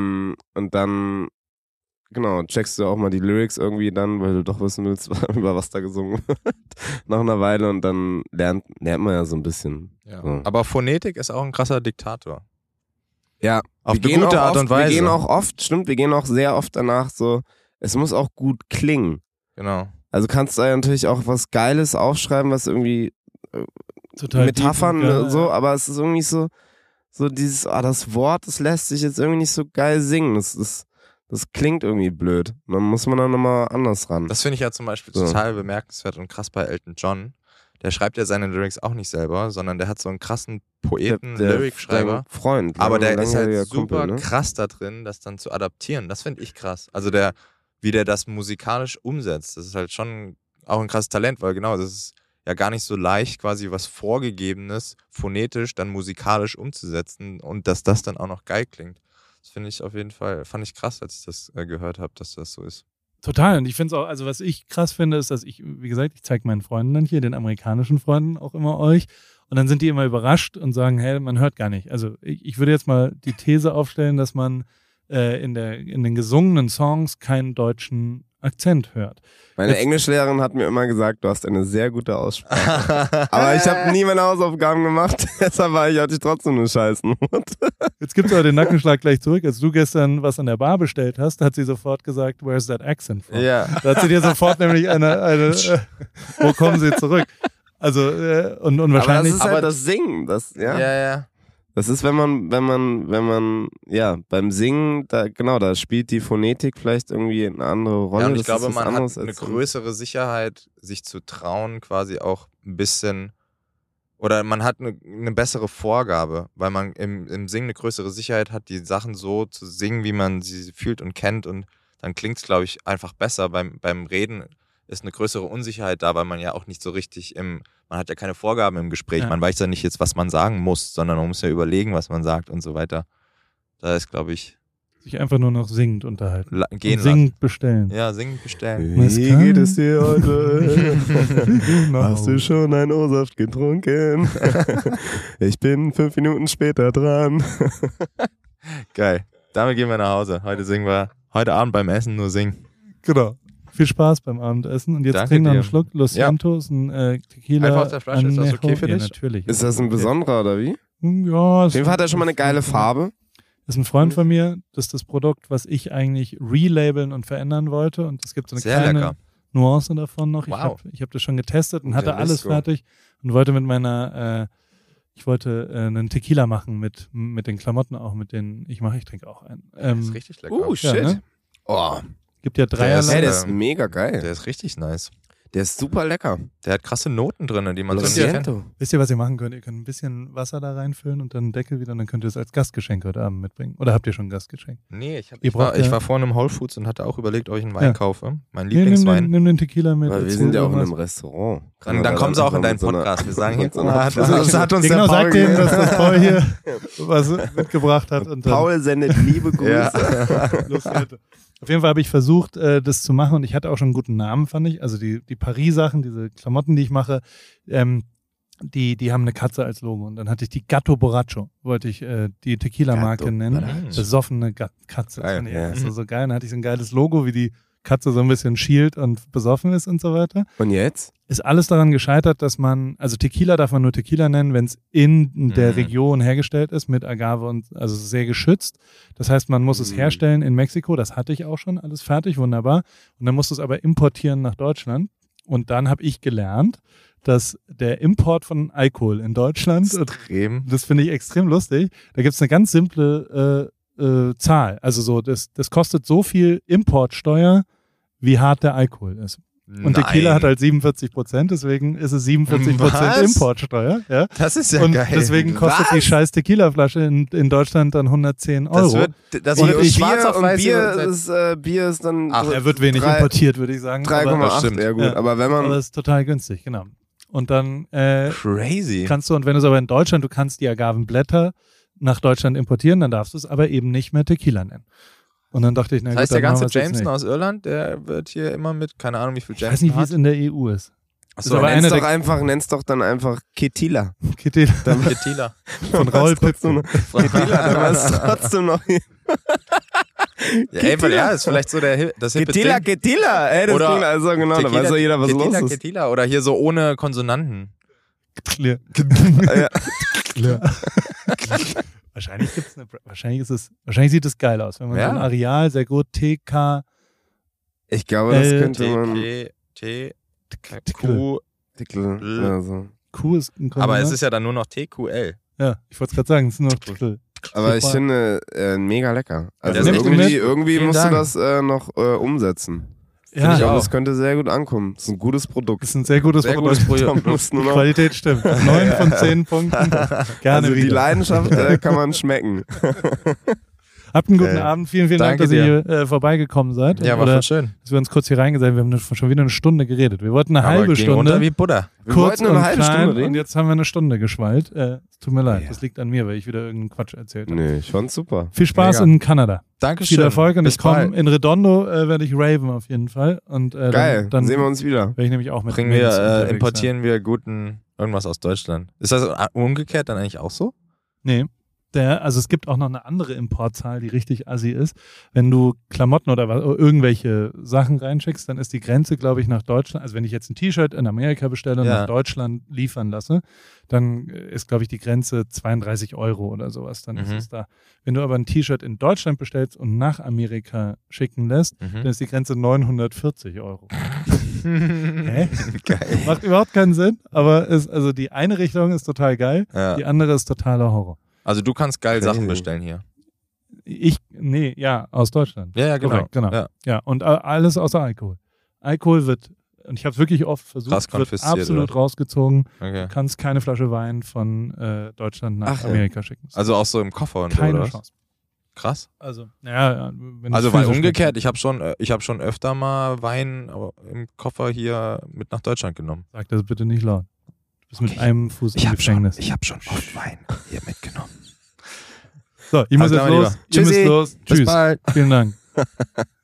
dann genau, checkst du auch mal die Lyrics irgendwie dann, weil du doch wissen willst, über was da gesungen wird, nach einer Weile und dann lernt man ja so ein bisschen. Ja. So. Aber Phonetik ist auch ein krasser Diktator. Ja, auf eine gute Art und Weise. Wir gehen auch oft, stimmt, wir gehen auch sehr oft danach so, es muss auch gut klingen. Genau. Also kannst du ja natürlich auch was Geiles aufschreiben, was irgendwie total Metaphern so, aber es ist irgendwie so dieses, das Wort, das lässt sich jetzt irgendwie nicht so geil singen. Das klingt irgendwie blöd. Dann muss man dann nochmal anders ran. Das finde ich ja zum Beispiel total bemerkenswert und krass bei Elton John. Der schreibt ja seine Lyrics auch nicht selber, sondern der hat so einen krassen Poeten, Lyrikschreiber. Freund. Aber der ist halt super Kumpel, ne? Krass da drin, das dann zu adaptieren. Das finde ich krass. Also wie der das musikalisch umsetzt, das ist halt schon auch ein krasses Talent, weil genau, das ist ja gar nicht so leicht, quasi was Vorgegebenes phonetisch dann musikalisch umzusetzen und dass das dann auch noch geil klingt. Das finde ich auf jeden Fall, fand ich krass, als ich das gehört habe, dass das so ist. Total. Und ich finde es auch, also was ich krass finde, ist, dass ich zeige meinen Freunden dann hier, den amerikanischen Freunden auch immer euch. Und dann sind die immer überrascht und sagen, hey, man hört gar nicht. Also ich würde jetzt mal die These aufstellen, dass man in den gesungenen Songs keinen deutschen Akzent hört. Meine Englischlehrerin hat mir immer gesagt, du hast eine sehr gute Aussprache. Aber ich habe nie meine Hausaufgaben gemacht, deshalb hatte ich trotzdem eine Scheißnote. Jetzt gibt's aber den Nackenschlag gleich zurück. Als du gestern was an der Bar bestellt hast, hat sie sofort gesagt, where's that accent from? Ja. Da hat sie dir sofort nämlich wo kommen sie zurück? Also, und wahrscheinlich. Aber das ist halt das Singen, Ja. Das ist, wenn man, beim Singen, da spielt die Phonetik vielleicht irgendwie eine andere Rolle. Ja, und ich Das ist glaube, was man anderes hat eine als so. größere Sicherheit, sich zu trauen, quasi auch ein bisschen, oder man hat eine bessere Vorgabe, weil man im Singen eine größere Sicherheit hat, die Sachen so zu singen, wie man sie fühlt und kennt, und dann klingt es, glaube ich, einfach besser. Beim Reden ist eine größere Unsicherheit da, weil man ja auch nicht so richtig man hat ja keine Vorgaben im Gespräch, man weiß ja nicht jetzt, was man sagen muss, sondern man muss ja überlegen, was man sagt und so weiter. Da ist, glaube ich, sich einfach nur noch singend unterhalten. Gehen und singend bestellen. Ja, singend bestellen. Wie geht es dir heute? Hast du schon einen O-Saft getrunken? Ich bin 5 Minuten später dran. Geil. Damit gehen wir nach Hause. Heute Abend beim Essen nur singen. Genau. Viel Spaß beim Abendessen. Und jetzt Danke trink noch einen dir. Schluck Los Santos, ein Tequila. Einfach aus der Flasche, ist das okay für Ja, dich? natürlich. Ist das ein besonderer oder wie? Ja, Auf jeden Fall hat er schon mal eine geile Farbe. Das ist ein Freund von mir. Das ist das Produkt, was ich eigentlich relabeln und verändern wollte. Und es gibt so eine Sehr kleine lecker. Nuance davon noch. Wow. Ich hab das schon getestet und hatte Der alles Lisco. fertig und wollte mit ich wollte einen Tequila machen mit den Klamotten auch, mit denen ich mache. Ich trinke auch einen. Das ist richtig lecker. Shit. Ja, ne? Oh, Gibt ja Der dreierlei. der ist mega geil. Der ist richtig nice. Der ist super lecker. Der hat krasse Noten drin, die man Lo so nicht kennt. siento. Wisst ihr, was ihr machen könnt? Ihr könnt ein bisschen Wasser da reinfüllen und dann einen Deckel wieder und dann könnt ihr es als Gastgeschenk heute Abend mitbringen. Oder habt ihr schon ein Gastgeschenk? Nee, ich Ihr braucht ja- war vorhin im Whole Foods und hatte auch überlegt, ob ich einen Wein Ja. kaufe. Mein Nee, Lieblingswein. nimm den Tequila mit. Weil wir erzähl sind ja auch in irgendwas. einem Restaurant. Dann kommen sie auch in deinen mit so einer- Podcast. Wir sagen hier, mit so einer- das hat uns Ja, der genau, Paul sag denen, gegeben. dass das Paul hier was mitgebracht hat. Und dann Paul sendet liebe Grüße. Ja. Los, Leute. Auf jeden Fall habe ich versucht, das zu machen und ich hatte auch schon einen guten Namen, fand ich. Also die Paris-Sachen, diese Klamotten, die ich mache, die haben eine Katze als Logo. Und dann hatte ich die Gatto Borracho, wollte ich die Tequila-Marke Gatto nennen. Borracho. Besoffene Katze. Das Geil, fand ich ja. einfach so geil. Dann hatte ich so ein geiles Logo, wie die Katze so ein bisschen schielt und besoffen ist und so weiter. Und jetzt? Ist alles daran gescheitert, dass also Tequila darf man nur Tequila nennen, wenn es in der Region hergestellt ist mit Agave und also sehr geschützt. Das heißt, man muss es herstellen in Mexiko. Das hatte ich auch schon, alles fertig, wunderbar. Und dann musst du es aber importieren nach Deutschland. Und dann habe ich gelernt, dass der Import von Alkohol in Deutschland, Extrem. das finde ich extrem lustig, da gibt es eine ganz simple Zahl. Also so, das kostet so viel Importsteuer, wie hart der Alkohol ist. Und Tequila hat halt 47%, deswegen ist es 47% Was? Importsteuer. Ja? Das ist ja Und geil. deswegen kostet Was? die scheiß Tequila-Flasche in Deutschland dann 110 Euro. Das Und wird ich- schwarz auf weiß. Bier ist dann Ach, so Er wird wenig 3,8, importiert, würde ich sagen. Aber, Das stimmt. ja gut. Ja. Aber wenn aber man... es ist total günstig, genau. Und dann Crazy. kannst du, und wenn du es aber in Deutschland, du kannst die Agavenblätter nach Deutschland importieren, dann darfst du es aber eben nicht mehr Tequila nennen. Und dann dachte ich, na Das gut, heißt, der dann machen ganze wir es jetzt Jameson nicht. aus Irland, der wird hier immer mit, keine Ahnung, wie viel Ich Jameson weiß nicht, wie es hat. in der EU ist. Achso, aber Nenn's einer doch nenn's doch dann einfach Ketila. Tequila Tequila. von Raul Pipsen. Ketila, dann war es trotzdem noch hier. Ja, ey, ja, ist vielleicht so das hippe Ketila, Ding. Ketila. Ey, das Oder klingt also genau, da Tequila, weiß doch jeder, was Tequila, los ist. Tequila. Oder hier so ohne Konsonanten. Ja. Ja. Ja. Wahrscheinlich sieht es geil aus, wenn man Ja. so ein Areal, sehr gut, TK, Ich glaube, das könnte T, man... P, T, Tickle. Q. Tickl oder so. Q ist ein Aber Konsonant. es ist ja dann nur noch TQL. Ja, ich wollte es gerade sagen, es ist nur noch Tickle. Aber ich Super. finde, mega lecker. Also der ist echt irgendwie Vielen musst du Dank. das noch umsetzen. Ja, Ich glaube, auch. das könnte sehr gut ankommen. Das ist ein gutes Produkt. ist ein sehr gutes Sehr Produkt. gutes Projekt. Da musst Die nur noch, Qualität stimmt. 9 von 10 Punkten. Gerne also die wieder. Leidenschaft kann man schmecken. Habt einen guten Geil. Abend. Vielen Dank, Danke dass ihr hier vorbeigekommen seid. Ja, war Oder voll schön. dass wir uns kurz hier reingesetzt haben. Wir haben schon wieder eine Stunde geredet. Wir wollten eine Aber halbe ging runter Stunde. wie Butter. Wir Kurz wollten eine und halbe klein, Stunde reden. und jetzt haben wir eine Stunde geschwallt. Es tut mir leid, Ja. das liegt an mir, weil ich wieder irgendeinen Quatsch erzählt habe. Nee, ich fand's super. Viel Spaß Mega. in Kanada. Dankeschön. Viel Erfolg und Bis ich komme bald. in Redondo, werde ich raven auf jeden Fall. Und Geil, dann sehen wir uns wieder. werde ich nämlich auch mit Bringen Mädels wir, unterwegs importieren wir guten irgendwas aus Deutschland. Ist das umgekehrt dann eigentlich auch so? sein. Nee, Also es gibt auch noch eine andere Importzahl, die richtig assi ist. Wenn du Klamotten oder irgendwelche Sachen reinschickst, dann ist die Grenze, glaube ich, nach Deutschland, also wenn ich jetzt ein T-Shirt in Amerika bestelle und nach Deutschland liefern lasse, dann ist, glaube ich, die Grenze 32 € oder sowas. Dann ist es da. Wenn du aber ein T-Shirt in Deutschland bestellst und nach Amerika schicken lässt, dann ist die Grenze 940 €. Hä? Geil. Macht überhaupt keinen Sinn, aber also die eine Richtung ist total geil, die andere ist totaler Horror. Also du kannst geil Sachen bestellen hier. Aus Deutschland. Ja, genau. Korrekt, genau. Ja, und alles außer Alkohol. Alkohol wird, und ich habe es wirklich oft versucht, wird absolut rausgezogen. Okay. Du kannst keine Flasche Wein von Deutschland nach Amerika schicken. Also auch so im Koffer und keine so, oder? Chance. Krass. Also, wenn also weil umgekehrt, ich habe schon öfter mal Wein im Koffer hier mit nach Deutschland genommen. Sag das bitte nicht laut. Du bist mit einem Fuß im Gefängnis. Ich habe schon oft Wein hier mitgenommen. So, ich muss jetzt los. Tschüssi. Ihr müsst los. Bis Tschüss. bald. Vielen Dank.